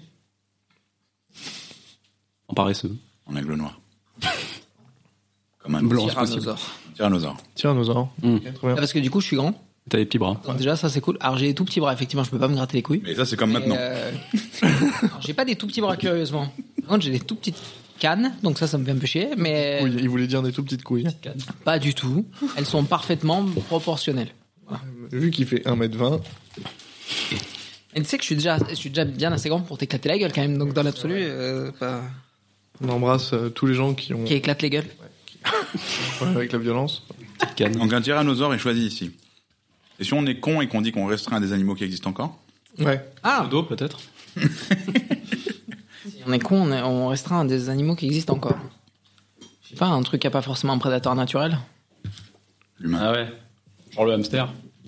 En paresseux. En aigle noir. Comme un Blanc, c'est possible. Tyrannosaure. tyrannosaure. Tyrannosaure. Mm. Ok, très bien. Ah, parce que du coup, je suis grand. T'as des petits bras. Donc déjà, ça c'est cool. Alors j'ai des tout petits bras, effectivement, je peux pas me gratter les couilles. Mais ça, c'est comme maintenant. Alors, j'ai pas des tout petits bras, curieusement. Par contre, j'ai des tout petites cannes, donc ça me fait un peu chier, mais Oui, il voulait dire des tout petites couilles. pas du tout. Elles sont parfaitement proportionnelles. Vu qu'il fait 1m20, Et tu sais que je suis déjà bien assez grand pour t'éclater la gueule quand même, donc dans l'absolu, on embrasse tous les gens qui ont qui éclate les gueules. problème avec la violence. Petite canne. Donc un tyrannosaure est choisi ici. Et si on est con et qu'on dit qu'on restreint des animaux qui existent encore, Ouais. Ah, Le dos, peut-être. On est con, on restreint à des animaux qui existent encore. Je sais pas, un truc qui a pas forcément un prédateur naturel. L'humain. Ah ouais. Genre le hamster.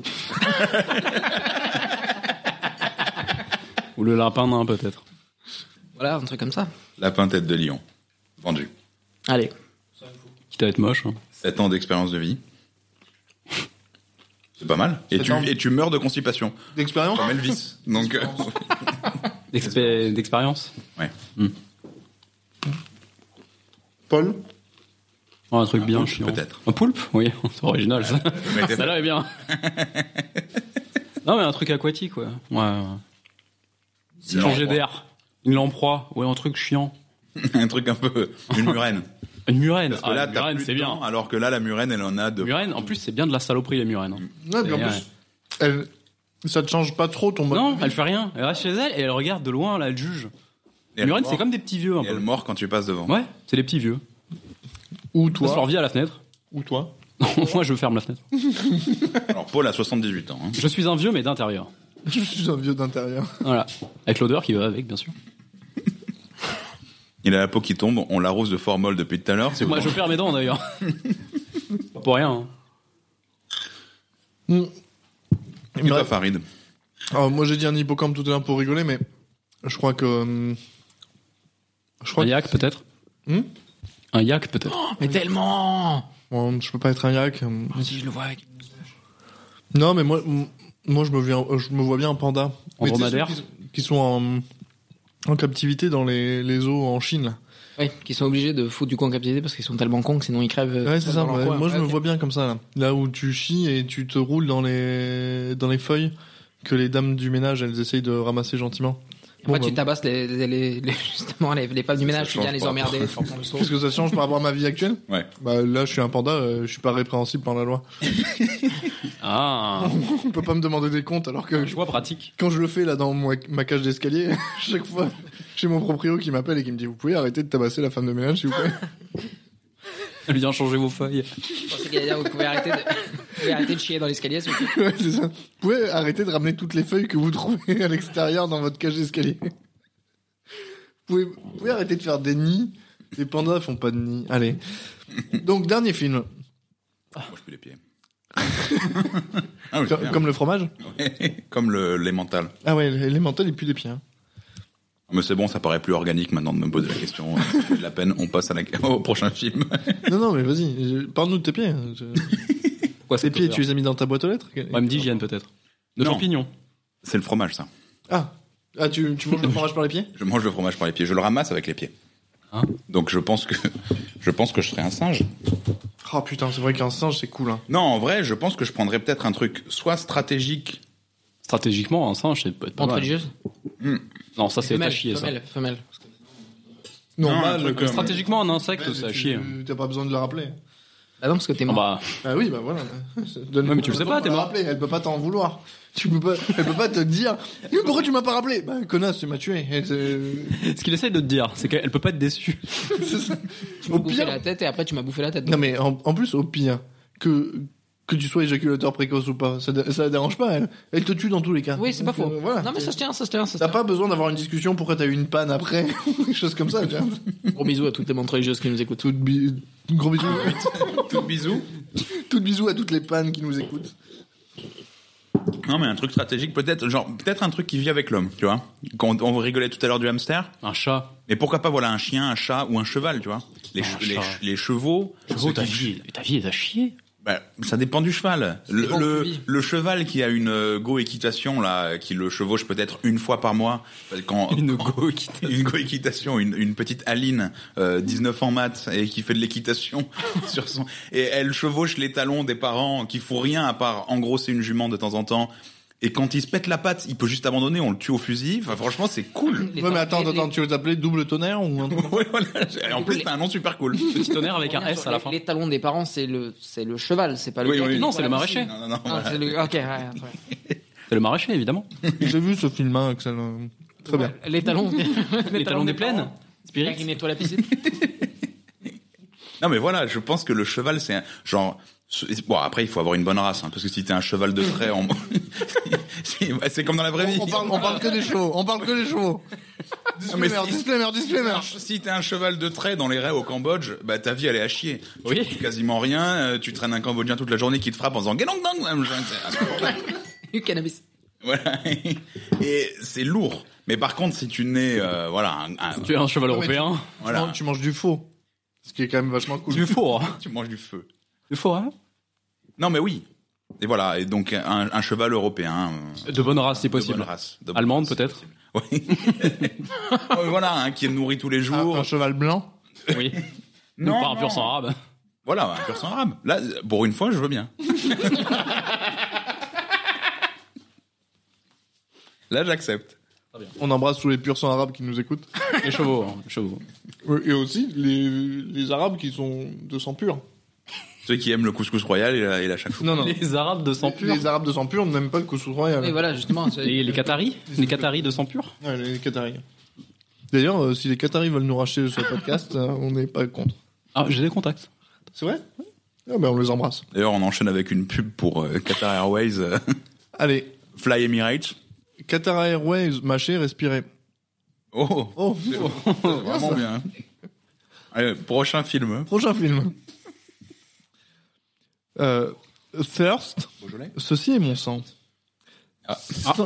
Ou le lapin nain, peut-être. Voilà, un truc comme ça. Lapin tête de lion. Vendu. Allez. Quitte à être moche. Hein. 7 ans d'expérience de vie. C'est pas mal. Et 7 ans. tu meurs de constipation. D'expérience? Comme Elvis. Donc, D'expérience. ouais. Paul? Oh, un truc bien poulpe, chiant. peut-être. Un poulpe? Oui, c'est original ça. Mais t'es- Celle-là est bien. Non mais un truc aquatique, ouais. Ouais. Changer d'air. Une lamproie. Ouais, un truc chiant. un truc un peu... Une murène. Une murène. Parce que là, une t'as murène, plus c'est de bien. temps, alors que là, la murène, elle en a de... Murène, en plus, c'est bien de la saloperie, les murènes. Hein. Ouais, puis en Ouais. plus, ça te change pas trop ton mode Non, de vie. elle fait rien. Elle reste chez elle et elle regarde de loin, là, elle juge. Et Les elle murènes, mord. c'est comme des petits vieux, un Et elle peu. mord quand tu passes devant. Ouais, c'est des petits vieux. Ou Ils passent leur toi. vie à la fenêtre. Ou toi. Moi, je ferme la fenêtre. Alors, Paul a 78 ans. Hein. Je suis un vieux, mais d'intérieur. Je suis un vieux d'intérieur. Voilà. Avec l'odeur qui va avec, bien sûr. Il a la peau qui tombe, on l'arrose de formol depuis tout à l'heure. C'est Moi, je perds mes dents, d'ailleurs. Pas pour rien. Hein. Et toi, Farid. Alors, moi, j'ai dit un hippocampe tout à l'heure pour rigoler, mais je crois que... Un yak, peut-être. Un yak, peut-être. Mais tellement. Bon, je peux pas être un yak. Si je le vois avec. Non, mais moi, je me vois bien un panda. En Mais tu sais, dromadaire. ceux qui sont en captivité dans les zoos en Chine, là. Oui, qui sont obligés de foutre du coup en captivité parce qu'ils sont tellement cons que sinon ils crèvent. Ouais, c'est ça. dans leur Ouais. coin. Moi, je me Ok. vois bien comme ça, là. Là où tu chies et tu te roules dans les feuilles que les dames du ménage, elles essayent de ramasser gentiment. Après, Bon, tu bah, tabasses justement les femmes du ménage, tu viens change les pas. emmerder. sur ton saut. Qu'est-ce que ça change par rapport à ma vie actuelle? Ouais. Bah, là, je suis un panda, je suis pas répréhensible par la loi. Ah, On peut pas me demander des comptes alors que choix pratique. quand je le fais là dans ma cage d'escalier, chaque fois, j'ai mon proprio qui m'appelle et qui me dit: vous pouvez arrêter de tabasser la femme de ménage, s'il vous plaît? Elle vient changer vos feuilles. Je pensais qu'il allait dire, vous pouvez arrêter de chier dans l'escalier, s'il vous plaît. Ouais, c'est ça. Vous pouvez arrêter de ramener toutes les feuilles que vous trouvez à l'extérieur dans votre cage d'escalier. Vous pouvez arrêter de faire des nids. Les pandas font pas de nids. Allez. Donc, dernier film. Moi, je pue les pieds. Ah oui, c'est bien. Comme le fromage? Comme les mentales. Ah ouais, les mentales, ils puent des pieds. Hein. Mais c'est bon, ça paraît plus organique maintenant de me poser la question. C'est de la peine, on passe au prochain film. Non, mais vas-y. Parle-nous de tes pieds. Quoi, Tes pieds, tu les as mis dans ta boîte aux lettres? OM d'hygiène, peut-être. De Non. champignons. C'est le fromage, ça. Ah, tu manges le fromage par les pieds? Je mange le fromage par les pieds. Je le ramasse avec les pieds. Hein? Donc je pense que je serais un singe. Oh putain, c'est vrai qu'un singe, c'est cool. Hein. Non, en vrai, je pense que je prendrais peut-être un truc soit stratégique. Stratégiquement, un singe, c'est peut être pas Pente mal. religieuse. Non, ça, c'est à Femelle, chier, ça. femelle. Normal. un truc comme- Stratégiquement, un insecte, Mais c'est à chier. T'as pas besoin de le rappeler. Bah non, parce que t'es Ah mort. bah, Ah oui, bah voilà. Ouais, mais tu le sais pas, t'es mort. Rappeler. Elle peut pas t'en vouloir. Elle peut pas te dire, mais pourquoi tu m'as pas rappelé? Bah, connasse, tu m'as tué. ce qu'il essaye de te dire, c'est qu'elle peut pas être déçue. Tu m'as Au bouffé pire. la tête et après tu m'as bouffé la tête. Non, mais en plus, au pire, que tu sois éjaculateur précoce ou pas, ça la dérange pas, elle. Elle te tue dans tous les cas. Oui, c'est pas Donc, faux. Voilà. Non, mais ça se tient. T'as pas besoin d'avoir une discussion pourquoi t'as eu une panne après, des choses comme ça, tu vois. Gros bisous à toutes les montres religieuses qui nous écoutent. Gros bisous. Tout bisous. Tout bisous à toutes les pannes qui nous écoutent. Non, mais un truc stratégique, peut-être un truc qui vit avec l'homme, tu vois. Quand on rigolait tout à l'heure du hamster. Un chat. Mais pourquoi pas, voilà, un chien, un chat ou un cheval, tu vois. Les chat. les chevaux. ceux Ta qui- vie est à chier. Bah, ça dépend du cheval. dépend où tu vis. Le cheval qui a une go équitation là, qui le chevauche peut-être une fois par mois, quand Une quand- go équitation. une go équitation, une petite Aline, 19 ans maths et qui fait de l'équitation sur son et elle chevauche les talons des parents qui font rien à part engrosser une jument de temps en temps. Et quand il se pète la patte, il peut juste abandonner, on le tue au fusil. Enfin, franchement, c'est cool. Les Ouais, mais temps- attends, tu veux t'appeler double tonnerre ou un truc? Ouais, voilà. Et en plus, t'as un nom super cool. Petit tonnerre avec un S à la fin. Les talons des parents, c'est le cheval, c'est pas le Oui, gars oui. qui Non, nettoie c'est le la maraîcher. piscine. Non, non, non. Ah, voilà. c'est le... Ok, ouais, très bien. C'est le maraîcher, évidemment. J'ai vu ce film-là, Axel. Très bien. Les talons, Les talons des plaines. parents. Le Spirit. gars qui nettoie la piscine. Non, mais voilà, je pense que le cheval, c'est un, genre, bon, après, il faut avoir une bonne race, hein, parce que si t'es un cheval de trait c'est comme dans la vraie vie. On parle que des chevaux. On parle que des chevaux. Disclaimer. Si t'es un cheval de trait dans les raies au Cambodge, bah ta vie elle est à chier. Oui. Tu fais quasiment rien, tu traînes un Cambodgien toute la journée qui te frappe en disant Gelong Dong. Du cannabis. Voilà. Et c'est lourd. Mais par contre, si tu nais, voilà, Tu es un cheval Non, mais européen. voilà, Tu manges du faux. Ce qui est quand même vachement cool. Du faux, hein. tu manges du feu. Du faux, hein. Non, mais oui. Et voilà. Et donc un cheval européen. De bonne race, si de bonne possible. race. De bonne Allemande, race. peut-être. Oui. Voilà, qui est nourri tous les jours. Un cheval blanc. Oui. Non, Ou par un non. pur sang arabe. Voilà, un pur sang arabe. Là, pour une fois, je veux bien. Là, j'accepte. On embrasse tous les purs sangs arabes qui nous écoutent. Les chevaux, hein, les chevaux. Et aussi les arabes qui sont de sang pur. Ceux qui aiment le couscous royal et la chakchou. Non. Les arabes de sang pur. Les arabes de sang pur n'aiment pas le couscous royal. Et voilà, justement. Les Qataris. Les Qataris de sang pur. Ouais, les Qataris. D'ailleurs, si les Qataris veulent nous racheter ce podcast, on n'est pas contre. Ah, j'ai des contacts. C'est vrai? Ah ben on les embrasse. D'ailleurs, on enchaîne avec une pub pour Qatar Airways, Allez, Fly Emirates. Qatar Airways, mâchez, respirez. Oh, Oh, vraiment bien. Allez, prochain film. prochain film. Thirst, Beaujolais. ceci est mon sang. Ah.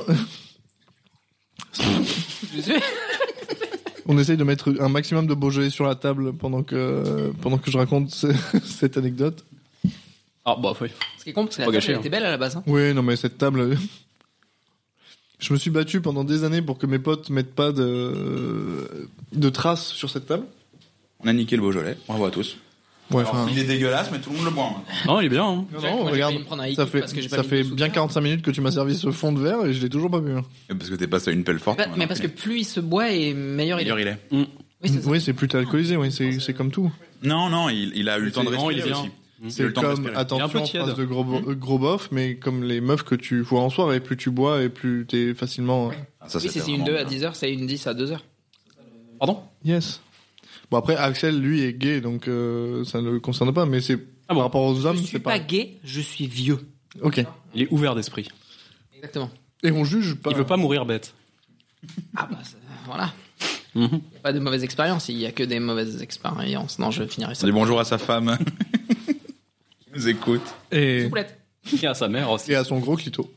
Je suis- On essaye de mettre un maximum de Beaujolais sur la table pendant que je raconte cette anecdote. Ah, bah, oui. Ce qui est con, parce que la Pas table, gâché, elle était belle à la base. Hein. Oui, non mais cette table... Je me suis battu pendant des années pour que mes potes mettent pas de traces sur cette table. On a niqué le Beaujolais. Bravo à tous. Ouais, Alors, il est dégueulasse, mais tout le monde le boit. hein. Non, il est bien, hein. Non, Moi, non, j'ai regarde, failli me prendre un ça liquide fait, parce que j'ai pas ça mis fait de bien sous-verre. 45 minutes que tu m'as servi ce fond de verre et je l'ai toujours pas bu. Hein. Et parce que t'es passé à une pelle forte. Mais parce que plus il se boit et meilleur il est. Meilleur il est. Oui, c'est ça. Oui, c'est plus alcoolisé, oui, c'est comme tout. Non, il a eu le temps de Non, respirer il est bien. aussi. Il a eu C'est le temps de comme, respirer. Il est un peu attention, tiède. phrase de gros bof, mais comme les meufs que tu vois en soir, et plus tu bois, et plus t'es facilement... Ah, ça, Oui, si c'était c'est une vraiment 2 à bien. 10h, c'est une 10 à 2h. Pardon? Yes. Bon, après, Axel, lui, est gay, donc ça ne le concerne pas, mais c'est Ah bon. par rapport aux hommes, Je c'est suis pas... pas gay, je suis vieux. Ok. Il est ouvert d'esprit. Exactement. Et on juge pas... Il veut pas mourir bête. Ah bah voilà. Mhm. Il n'y a pas de mauvaises expériences, il y a que des mauvaises expériences. Non, je finirai On ça. dit bonjour à sa femme. Qui nous écoute. Et... Souplette. Et à sa mère aussi. Et à son gros clito.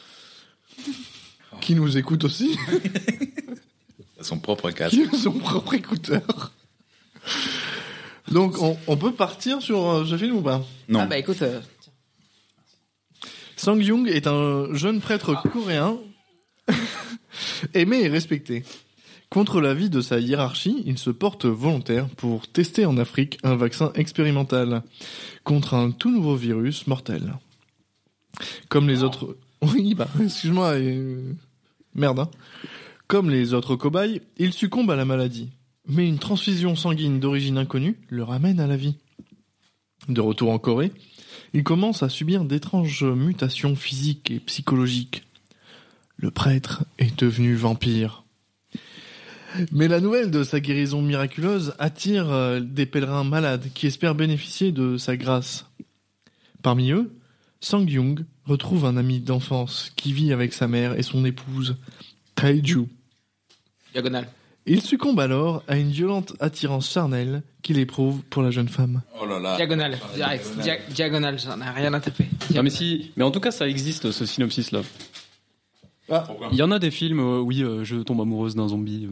Qui nous écoute aussi. À son propre casque. Qui a son propre écouteur. Donc, on peut partir sur ce film ou pas? Non. Ah bah écoute, Sang Young est un jeune prêtre coréen aimé et respecté. Contre l'avis de sa hiérarchie, il se porte volontaire pour tester en Afrique un vaccin expérimental contre un tout nouveau virus mortel. Comme les autres... Oui, bah, excuse-moi, merde, hein. Comme les autres cobayes, il succombe à la maladie. Mais une transfusion sanguine d'origine inconnue le ramène à la vie. De retour en Corée, il commence à subir d'étranges mutations physiques et psychologiques. Le prêtre est devenu vampire. Mais la nouvelle de sa guérison miraculeuse attire des pèlerins malades qui espèrent bénéficier de sa grâce. Parmi eux, Sang Young retrouve un ami d'enfance qui vit avec sa mère et son épouse, Taeju. diagonale. Il succombe alors à une violente attirance charnelle qu'il éprouve pour la jeune femme. Oh là là. Diagonale, direct. Diagonale, j'en ai rien à taper. Ah, mais si. Mais en tout cas, ça existe, ce synopsis-là. Pourquoi Il y en a des films, oui, je tombe amoureuse d'un zombie.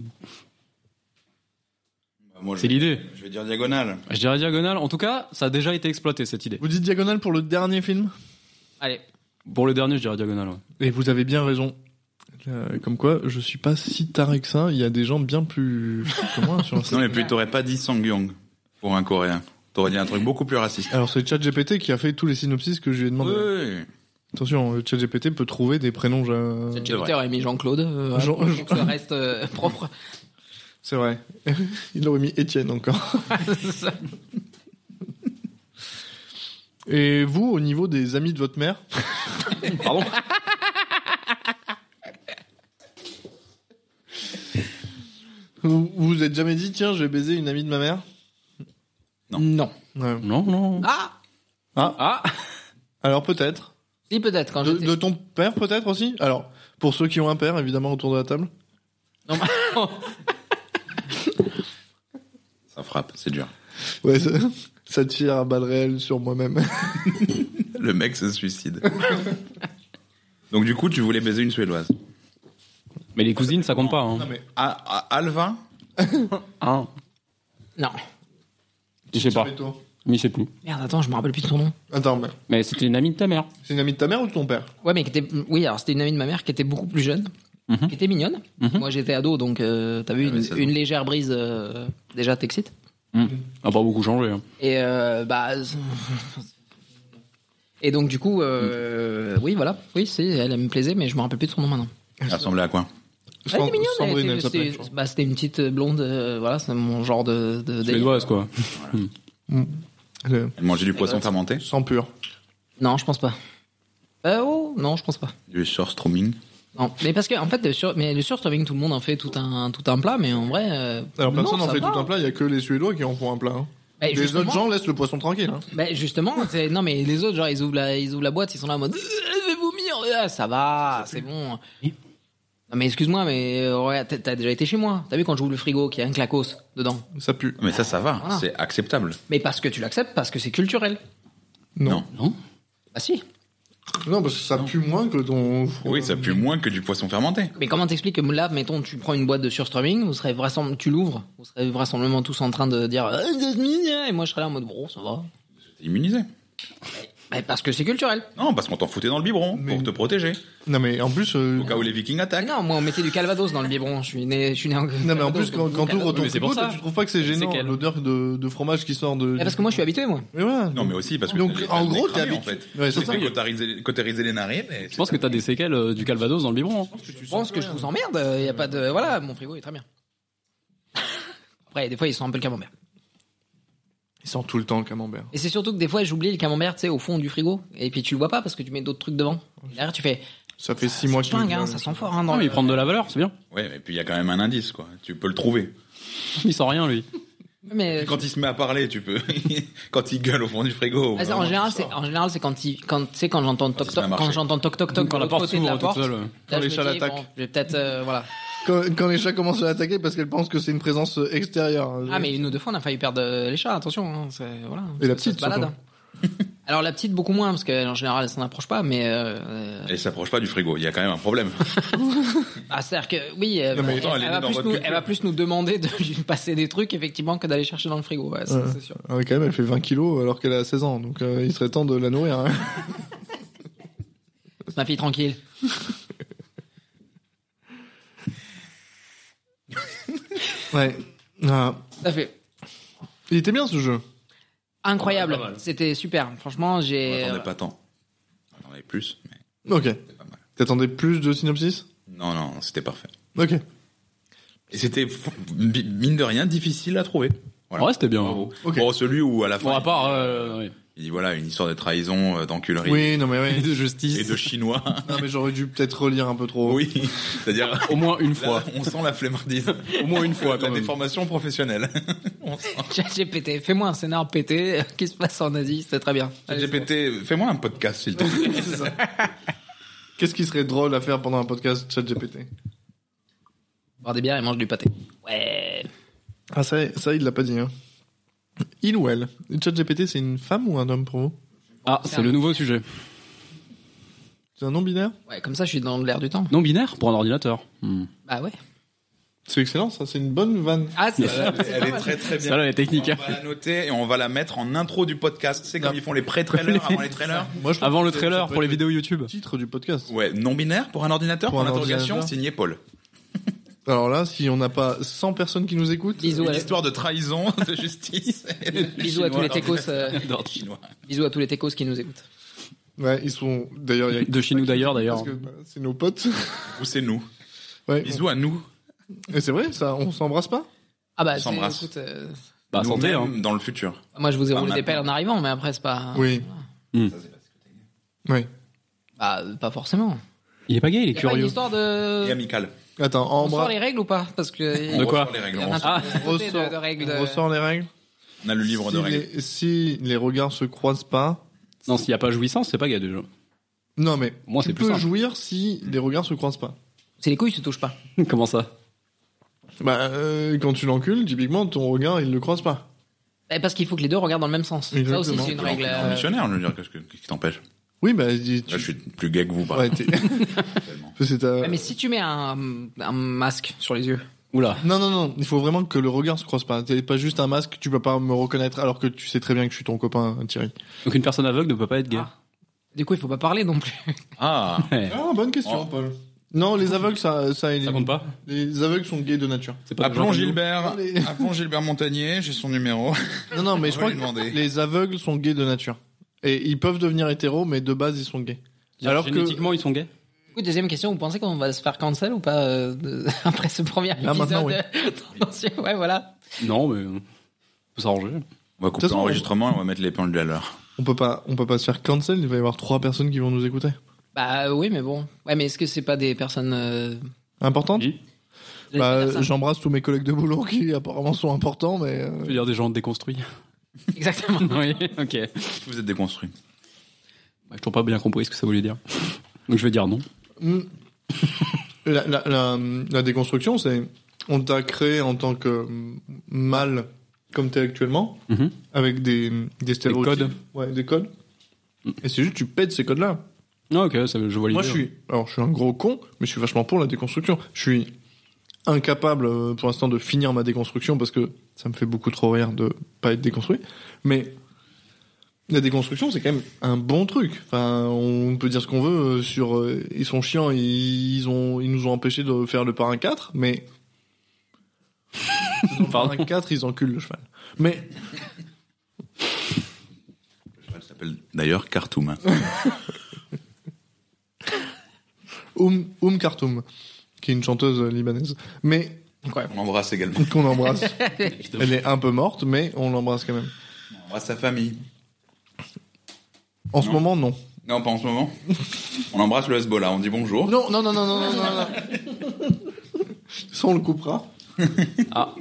Moi, C'est l'idée. Je vais dire diagonale. Je dirais diagonale. En tout cas, ça a déjà été exploité, cette idée. Vous dites diagonale pour le dernier film? Allez, Pour le dernier, je dirais diagonale, ouais. Et vous avez bien raison. Comme quoi, je suis pas si taré que ça. Il y a des gens bien plus que moi sur Non, mais puis t'aurais pas dit Sang-Young pour un Coréen. T'aurais dit un truc beaucoup plus raciste. Alors c'est ChatGPT qui a fait tous les synopsis que je lui ai demandé. Oui. Attention, ChatGPT peut trouver des prénoms. cette C'est vrai. GPT aurait mis Jean-Claude. Jean- Pour que ça reste propre. C'est vrai. Il aurait mis Étienne encore. Et vous, au niveau des amis de votre mère, Pardon. vous vous êtes jamais dit, tiens, je vais baiser une amie de ma mère? Non. Ouais. Non, non. Ah Ah. Alors peut-être. Si, peut-être, quand j'étais... De ton père peut-être aussi? Alors, pour ceux qui ont un père, évidemment, autour de la table. Non, frappe, c'est dur. Ouais, ça tire à balles réelles sur moi-même. Le mec se suicide. Donc du coup, tu voulais baiser une Suédoise. Mais les cousines, ça compte pas. Hein. Non, mais Alva? Hein. Non. Je sais pas. fais toi. Mais je sais plus. Merde, attends, je me rappelle plus de son nom. Attends, mais Mais c'était une amie de ta mère. c'est une amie de ta mère ou de ton père? Ouais, mais qui était. Oui, alors c'était une amie de ma mère qui était beaucoup plus jeune, qui était mignonne. Moi, j'étais ado, donc t'as vu mais ça une légère brise. Déjà, t'excite. A pas beaucoup changé. Hein. Et bah. Et donc, du coup, oui, voilà. Oui, elle me plaisait, mais je me rappelle plus de son nom maintenant. Elle ressemblait à quoi? Elle était mignonne, Sandrine, elle elle était- s'appelle, c'était je crois. bah, c'était une petite blonde, voilà, c'est mon genre de délire. Suédoise, quoi. Le Elle mangeait du poisson fermenté? sang pur. Non, je pense pas. Oh, non, je pense pas. Du surströmming? Non, mais parce que en fait, le surströmming, tout le monde en fait tout un plat, mais en vrai. Alors non, personne n'en ça fait va. tout un plat, il y a que les Suédois qui en font un plat. Hein. Bah, Les justement- autres gens laissent le poisson tranquille. Hein. Bah, justement, non, mais les autres, genre, ils ouvrent la boîte, ils sont là en mode, je vais vomir, ah, ça va, c'est bon. Non, mais excuse-moi, mais ouais, t'as déjà été chez moi. T'as vu quand j'ouvre le frigo qu'il y a un clacos dedans? Ça pue. Mais ça va. Voilà. C'est acceptable. Mais parce que tu l'acceptes, parce que c'est culturel. Non. Non. Bah si. Non, parce que ça pue moins que ton. Oui, ça pue moins que du poisson fermenté. Mais comment t'expliques que là, mettons, tu prends une boîte de surströmming, tu l'ouvres, vous serez vraisemblablement tous en train de dire, et moi je serais là en mode, bon, ça va. T'es immunisé. Bah, parce que c'est culturel. Non, parce qu'on t'en foutait dans le biberon Mais- pour te protéger. Non, mais en plus. Au cas où les Vikings Ah attaquent. non, moi on mettait du calvados dans le biberon. Je suis né en. Non, mais en plus, quand tu ouvres ton mais c'est pour frigo, ça. tu trouves pas que c'est gênant quel l'odeur de fromage qui sort de. Parce que moi je suis habitué, moi. Mais voilà. Non, mais aussi parce que Donc, t'as les- en t'as gros, les t'es cramés, en habitué. fait. Ouais, c'est C'est ça. fait cautériser les narines. Je pense que t'as des séquelles du calvados dans le biberon. Hein. Je pense que je vous emmerde. Il y a pas de. Voilà, mon frigo est très bien. Après, des fois ils sont un peu le camembert. Il sent tout le temps le camembert. Et c'est surtout que des fois j'oublie le camembert, tu sais, au fond du frigo. Et puis tu le vois pas parce que tu mets d'autres trucs devant. Et derrière tu fais. Ça fait 6 mois qu'il Putain, gars, ça sent fort. Hein, Non, mais ils prennent de la valeur, c'est bien. Ouais, mais puis il y a quand même un indice, quoi. Tu peux le trouver. Il sent rien, lui. Mais. Quand il se met à parler, tu peux. Quand il gueule au fond du frigo. Ah, en général, c'est quand j'entends toc il se met à toc, quand marcher. j'entends toc toc toc Quand de la l'autre porte côté de la s'ouvre toute porte, seule. là, Quand je les me chats dis, l'attaquent. bon, je vais peut-être voilà. Quand les chats commencent à l'attaquer parce qu'elles pensent que c'est une présence extérieure. Ah mais une ou deux fois on a failli perdre les chats, attention. Hein, voilà. Et la Ça se petite, balade. surtout. Alors la petite beaucoup moins parce qu'en général elle s'en approche pas, mais Elle s'approche pas du frigo. Il y a quand même un problème. c'est-à-dire que oui, Non, mais attends, elle est née dans votre culture. elle va plus nous demander de lui passer des trucs effectivement que d'aller chercher dans le frigo. Ouais, Ouais. c'est sûr. Ah ouais, quand même, elle fait 20 kilos alors qu'elle a 16 ans. Donc il serait temps de la nourrir. Hein. Ma fille tranquille. Ouais. Ah. Ça fait Il était bien ce jeu. incroyable. Ouais, pas mal. C'était super. Franchement, On j'ai. n'attendait pas tant. On attendait plus, mais Ok. c'était pas mal. T'attendais plus de synopsis? Non, non, c'était parfait. Ok. Et c'était, mine de rien, difficile à trouver. Voilà. Ouais, c'était bien. Bravo. Ok. Bon, celui où à la fin, Bon, à part, oui. il dit voilà, une histoire de trahison, d'enculerie Oui, non mais Et oui. de justice. et de chinois. Non mais j'aurais dû peut-être relire un peu trop. Oui, c'est-à-dire, Au moins une là, fois. on sent la flemmardise. Au moins une fois, quand La même. déformation professionnelle. On sent. ChatGPT, fais-moi un scénar pété qui se passe en Asie, c'est très bien. Allez, GPT, fais-moi un podcast, s'il te plaît. C'est ça. Qu'est-ce qui serait drôle à faire pendant un podcast ChatGPT? boire des bières et mange du pâté. Ouais. Ah ça il l'a pas dit. Hein. Il ou elle? ChatGPT c'est une femme ou un homme pour vous? Ah, c'est le nouveau sujet. C'est un non-binaire? Ouais, comme ça, je suis dans l'air du temps. Non binaire pour un ordinateur. Bah ouais. C'est excellent ça, c'est une bonne vanne. Ah, c'est Elle est très très bien. Ça, là, la technique. On va la noter et on va la mettre en intro du podcast. C'est comme ils font les pré-trailers avant les trailers. Moi, je trouve Avant que le ça trailer peut pour les être vidéos YouTube. le titre du podcast. Ouais, non binaire pour un ordinateur, Pour pour un l'interrogation, ordinateur. signé Paul. Alors là, si on n'a pas 100 personnes qui nous écoutent, Bisous, Une à- histoire de trahison, de justice. bisous à tous les techos, Chinois. bisous à tous les techos qui nous écoutent. ouais, ils sont d'ailleurs. il y a- De chez nous d'ailleurs, Parce que bah, c'est nos potes. Ou c'est nous. Ouais. Bisous à nous. Et c'est vrai, ça, on s'embrasse pas? Ah bah, On s'embrasse. écoute, Bah, santé, hein. Nous-mêmes dans le futur. moi je vous ai Pas roulé des maintenant. pelles en arrivant, mais après c'est pas. Oui. Oui. Bah, pas forcément. Il est pas gay, il est Y a pas une curieux. histoire Et de. amical. Attends, On sort embrasse. les règles ou pas? Parce que. De On quoi ressort les règles. Il y en On a ressort- un côté de règles. On ressort les règles. On a le livre de Si règles. si les regards se croisent pas. Non, s'il y a pas jouissance, c'est pas gay déjà. Non mais Moi, tu c'est plus peux simple. jouir si les regards se croisent pas. C'est les couilles se touchent pas. Comment ça? Quand tu l'encules, typiquement, ton regard, il le croise pas. Parce qu'il faut que les deux regardent dans le même sens. Ça aussi, Exactement. c'est une règle. Un missionnaire, je veux dire, qu'est-ce qui t'empêche? Oui, Là, je suis plus gay que vous, par Ouais, exemple. c'est ta... Ouais, mais si tu mets un masque sur les yeux. Oula. Non, il faut vraiment que le regard se croise pas. T'es pas juste un masque, tu peux pas me reconnaître alors que tu sais très bien que je suis ton copain, Thierry. Donc une personne aveugle ne peut pas être gay. Ah. Du coup, il faut pas parler non plus. Ah, Ouais. Ah, bonne question, Paul. Non, les aveugles, ça Ça compte pas. Les aveugles sont gays de nature. C'est pas appelons genre- Gilbert. Les- Appelons Gilbert Montagnier, j'ai son numéro. Non, mais On je va crois lui que demander. les aveugles sont gays de nature. Et ils peuvent devenir hétéros, mais de base, ils sont gays. Alors que... Génétiquement, ils sont gays. Du coup, deuxième question, vous pensez qu'on va se faire cancel ou pas après ce premier épisode maintenant, oui. Tendancieux Ouais, voilà. Non, mais faut s'arranger. On va couper façon, l'enregistrement et on va mettre les pendules à l'heure. on peut pas se faire cancel, il va y avoir 3 personnes qui vont nous écouter. Bah oui, mais bon. Ouais, mais est-ce que c'est pas des personnes... Importantes? Oui. J'embrasse tous mes collègues de boulot qui apparemment sont importants, mais... Je veux dire des gens déconstruits. Exactement. Oui, ok. Vous êtes déconstruit. J'ai toujours pas bien compris ce que ça voulait dire. Donc je vais dire non. La déconstruction, c'est... On t'a créé en tant que mâle, comme t'es actuellement, Mhm. avec des stéréotypes. codes. Ouais, des codes. Et c'est juste, tu pètes ces codes-là. Ah, ok, ça, je vois l'idée. Moi, je suis un gros con, mais je suis vachement pour la déconstruction. Je suis incapable, pour l'instant, de finir ma déconstruction parce que ça me fait beaucoup trop rire de pas être déconstruit. Mais la déconstruction, c'est quand même un bon truc. Enfin, on peut dire ce qu'on veut sur, ils sont chiants, ils nous ont empêchés de faire le parrain 4, mais le parrain 4, ils enculent le cheval. Mais Elle s'appelle d'ailleurs Khartoum. Khartoum, qui est une chanteuse libanaise. Mais Incroyable. On l'embrasse également. qu'on embrasse. Elle est un peu morte, mais on l'embrasse quand même. On embrasse sa famille. En ce moment, non. Non, pas en ce moment. On embrasse le Hezbollah, on dit bonjour. Non. Ça, on le coupera. Ah,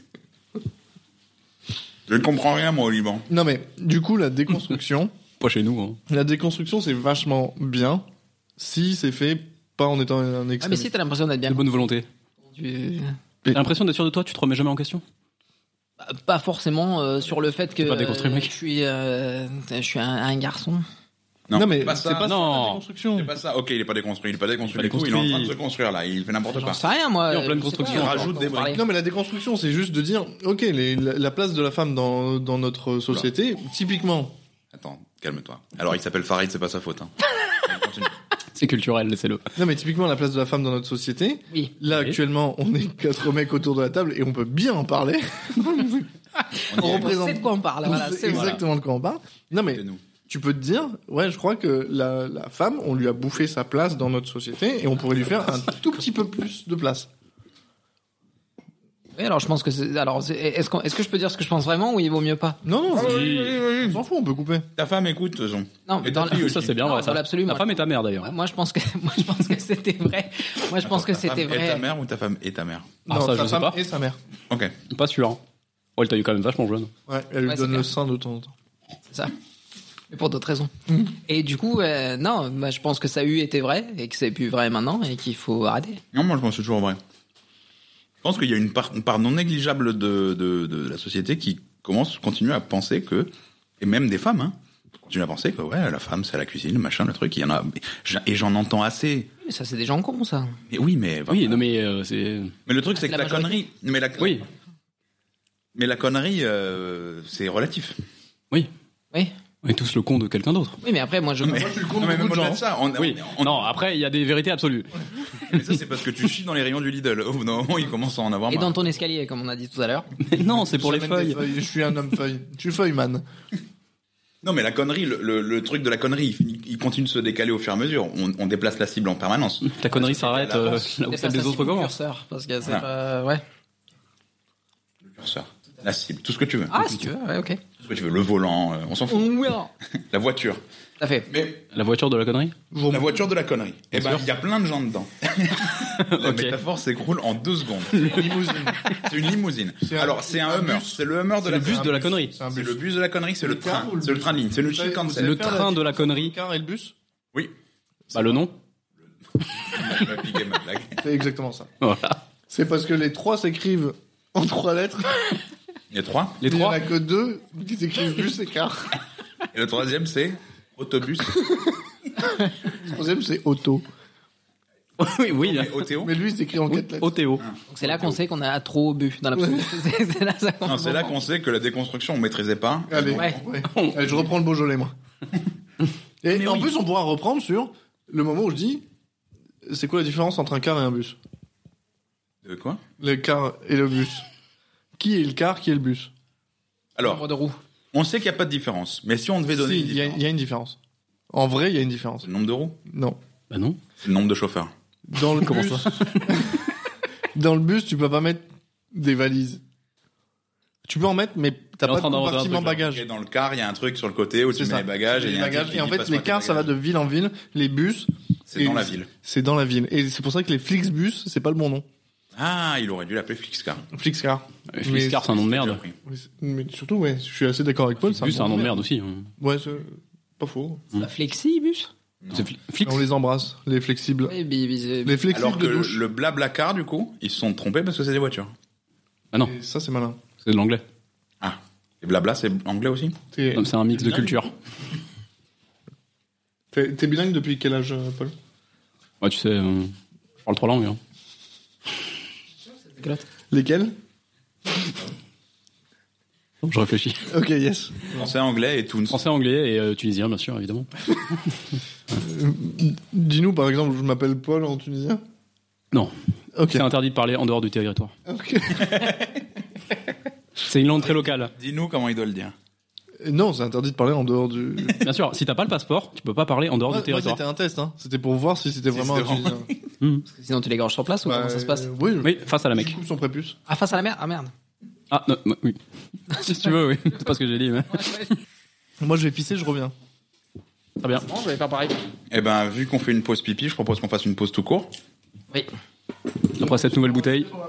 Je ne comprends rien, moi, au Liban. Non, mais du coup, la déconstruction, pas chez nous. Hein. c'est vachement bien si c'est fait pas en étant un Ah, mais extrémiste. si t'as l'impression d'être bien... De bonne volonté. Tu- T'as l'impression d'être sûr de toi, tu te remets jamais en question. Pas forcément sur le fait que pas déconstruit, mec. je suis un garçon. Non, Non, mais c'est pas c'est ça. pas ça, Non. la déconstruction. C'est pas ça. Ok, il est pas déconstruit. Il est pas déconstruit. Il est pas du tout, il est en train de déconstruit. se construire, là. Il fait n'importe J'en quoi. sais rien, moi. Il est en pleine je sais construction. pas, Il rajoute on des peut en parler. Non, mais la déconstruction, c'est juste de dire, ok, la place de la femme dans notre société, typiquement, Attends, calme-toi. Alors, il s'appelle Farid, c'est pas sa faute. Hein. Continue. C'est culturel, laissez-le. non, mais typiquement, la place de la femme dans notre société, Oui. là, Oui. actuellement, on est 4 mecs autour de la table et on peut bien en parler. On On y est. représente C'est de quoi on parle, voilà. On sait C'est exactement de quoi on parle. Non, mais C'est nous. tu peux te dire, ouais, je crois que la femme, on lui a bouffé sa place dans notre société et on pourrait lui faire un tout petit peu plus de place. Oui, alors je pense que c'est. Alors, est-ce que je peux dire ce que je pense vraiment ou il vaut mieux pas? Non, on s'en fout, on peut couper. Ta femme écoute, de toute façon. Non, Et dans ta fille aussi. Ça, c'est bien Non, vrai, ça. dans l'absolu, Ta moi, femme est ta mère, d'ailleurs. Moi, je pense que c'était vrai. Moi, je pense que Ta femme c'était est ta vrai. mère ou ta femme est ta mère? Ah, non, ça, sa je sais femme pas. et sa mère. Ok. Pas sûr. Hein. Oh, elle t'a eu quand même vachement jeune. Ouais, elle lui Ouais, donne c'est le clair. sein de temps en temps. C'est ça. Mais pour d'autres raisons. Et du coup, non, bah, je pense que ça a eu été vrai et que c'est plus vrai maintenant et qu'il faut arrêter. Non, moi, je pense que c'est toujours vrai. Je pense qu'il y a une part non négligeable de la société qui continue à penser que, et même des femmes, hein, continuent à penser que, ouais, la femme, c'est à la cuisine, le machin, le truc, il y en a, et j'en entends assez. Mais ça, c'est des gens cons, ça. Mais oui, mais, Oui, non, mais c'est. mais le truc, c'est que La la majorité. connerie, Oui, mais la connerie, c'est relatif. oui. Oui. On est tous le con de quelqu'un d'autre. Oui, mais après, moi, je. Mais, je suis le con de non, mais beaucoup même de au-delà gens. de ça, Oui. Non, après, il y a des vérités absolues. mais ça, c'est parce que tu chies dans les rayons du Lidl. Au bout d'un moment, il commence à en avoir Et marre. dans ton escalier, comme on a dit tout à l'heure. Mais non, c'est pour les J'amène des feuilles. Je suis un homme feuille. Je suis feuilleman. Non, mais la connerie, le truc de la connerie, il continue de se décaler au fur et à mesure. On déplace la cible en permanence. Ta connerie s'arrête à la là base. où celle des autres commence. Curseur, parce que c'est Voilà. pas. Ouais. Le curseur, la cible, tout ce que tu veux. Ah, si tu veux, ouais, ok. Tout ce que tu veux, le volant, on s'en fout. Oui, non. La voiture. Tout à fait. Mais La voiture de la connerie. la voiture de la connerie. Eh ben, il y a plein de gens dedans. La Ok. métaphore s'écroule en 2 secondes. Limousine. C'est une limousine. C'est un- Alors, c'est un Hummer. bus. C'est le Hummer de C'est la le bus de la bus. connerie. C'est un C'est bus. le bus de la connerie, c'est le train. car ou le C'est le bus train de ligne. C'est le Vous savez Shinkansen. Le faire train de la différence connerie. entre le car et le bus. Oui. Bah, le nom. Tu m'as piqué ma blague. C'est exactement ça. Voilà. C'est parce que les 3 s'écrivent en 3 lettres. Il y a 3. Les Il y en 3 a que 2 qui s'écrivent bus et car. Et le 3e, c'est autobus. Le 3e, c'est auto. Oui. Et OTO. Mais lui, il s'écrit en 4 lettres. OTO. Donc c'est là qu'on sait qu'on a trop bu dans l'absolu. C'est là ça qu'on Non, c'est là qu'on sait que la déconstruction, on maîtrisait pas. Allez, Ouais. Allez, je reprends le Beaujolais, moi. Et en plus, on pourra reprendre sur le moment où je dis c'est quoi la différence entre un car et un bus? De quoi? Le car et le bus. Qui est le car, qui est le bus? Alors, nombre de roues. on sait qu'il n'y a pas de différence. Mais si on devait donner Si, une il y, différence, a une différence. En vrai, il y a une différence. c'est le nombre de roues? Non. Bah non. C'est le nombre de chauffeurs. Dans le bus, dans le bus, tu peux pas mettre des valises. Tu peux en mettre, mais t'as Il est en pas de train d'inventer un compartiment truc, là. bagages. Et dans le car, il y a un truc sur le côté où tu C'est mets ça. les bagages. Les il y a un bagages. truc Et en qui fait, passe les par tes cars, ça va de bagages. ville en ville. Les bus, C'est dans la ville. c'est dans la ville. Et c'est pour ça que les Flixbus, c'est pas le bon nom. Ah, il aurait dû l'appeler Flixcar. Flixcar. Flixcar, c'est un nom de J'ai merde. appris. Mais surtout, ouais, je suis assez d'accord avec Paul. Bus, c'est un nom de merde aussi. hein. Ouais, c'est pas faux. La flexibus. C'est Flix. On les embrasse, les flexibles. Ouais, Les flexibles Alors que de douche. le Blablacar, du coup, ils se sont trompés parce que c'est des voitures. Ah non, Et ça, c'est malin. c'est de l'anglais. Ah. Et Blabla, c'est anglais aussi? T'es Non, c'est un mix de culture. t'es bilingue depuis quel âge, Paul? Ouais, tu sais, je parle 3 langues. Hein. Lesquels? Je réfléchis. Ok, yes. Français, anglais et Toons. Français, anglais et tunisien, bien sûr, évidemment. Dis-nous, par exemple, je m'appelle Paul en tunisien. Non, Ok. c'est interdit de parler en dehors du territoire. Ok. C'est une langue très locale. Dis-nous comment il doit le dire. Non, c'est interdit de parler en dehors du. Bien sûr, si t'as pas le passeport, tu peux pas parler en dehors Moi, du territoire. c'était un test, hein. C'était pour voir si c'était vraiment un c'était vraiment- tunisien. Sinon tu l'égorges sur place ou comment ça se passe? Oui, Oui, face à la Je mec. coupe son prépuce. Ah, face à la mer? Ah merde. Ah, non, oui. Si tu veux, oui. C'est pas ce que j'ai dit, mais. Moi, je vais pisser, je reviens. Très bien. Bon, je vais faire pareil. Eh ben, vu qu'on fait une pause pipi, je propose qu'on fasse une pause tout court. Oui. Après cette nouvelle bouteille.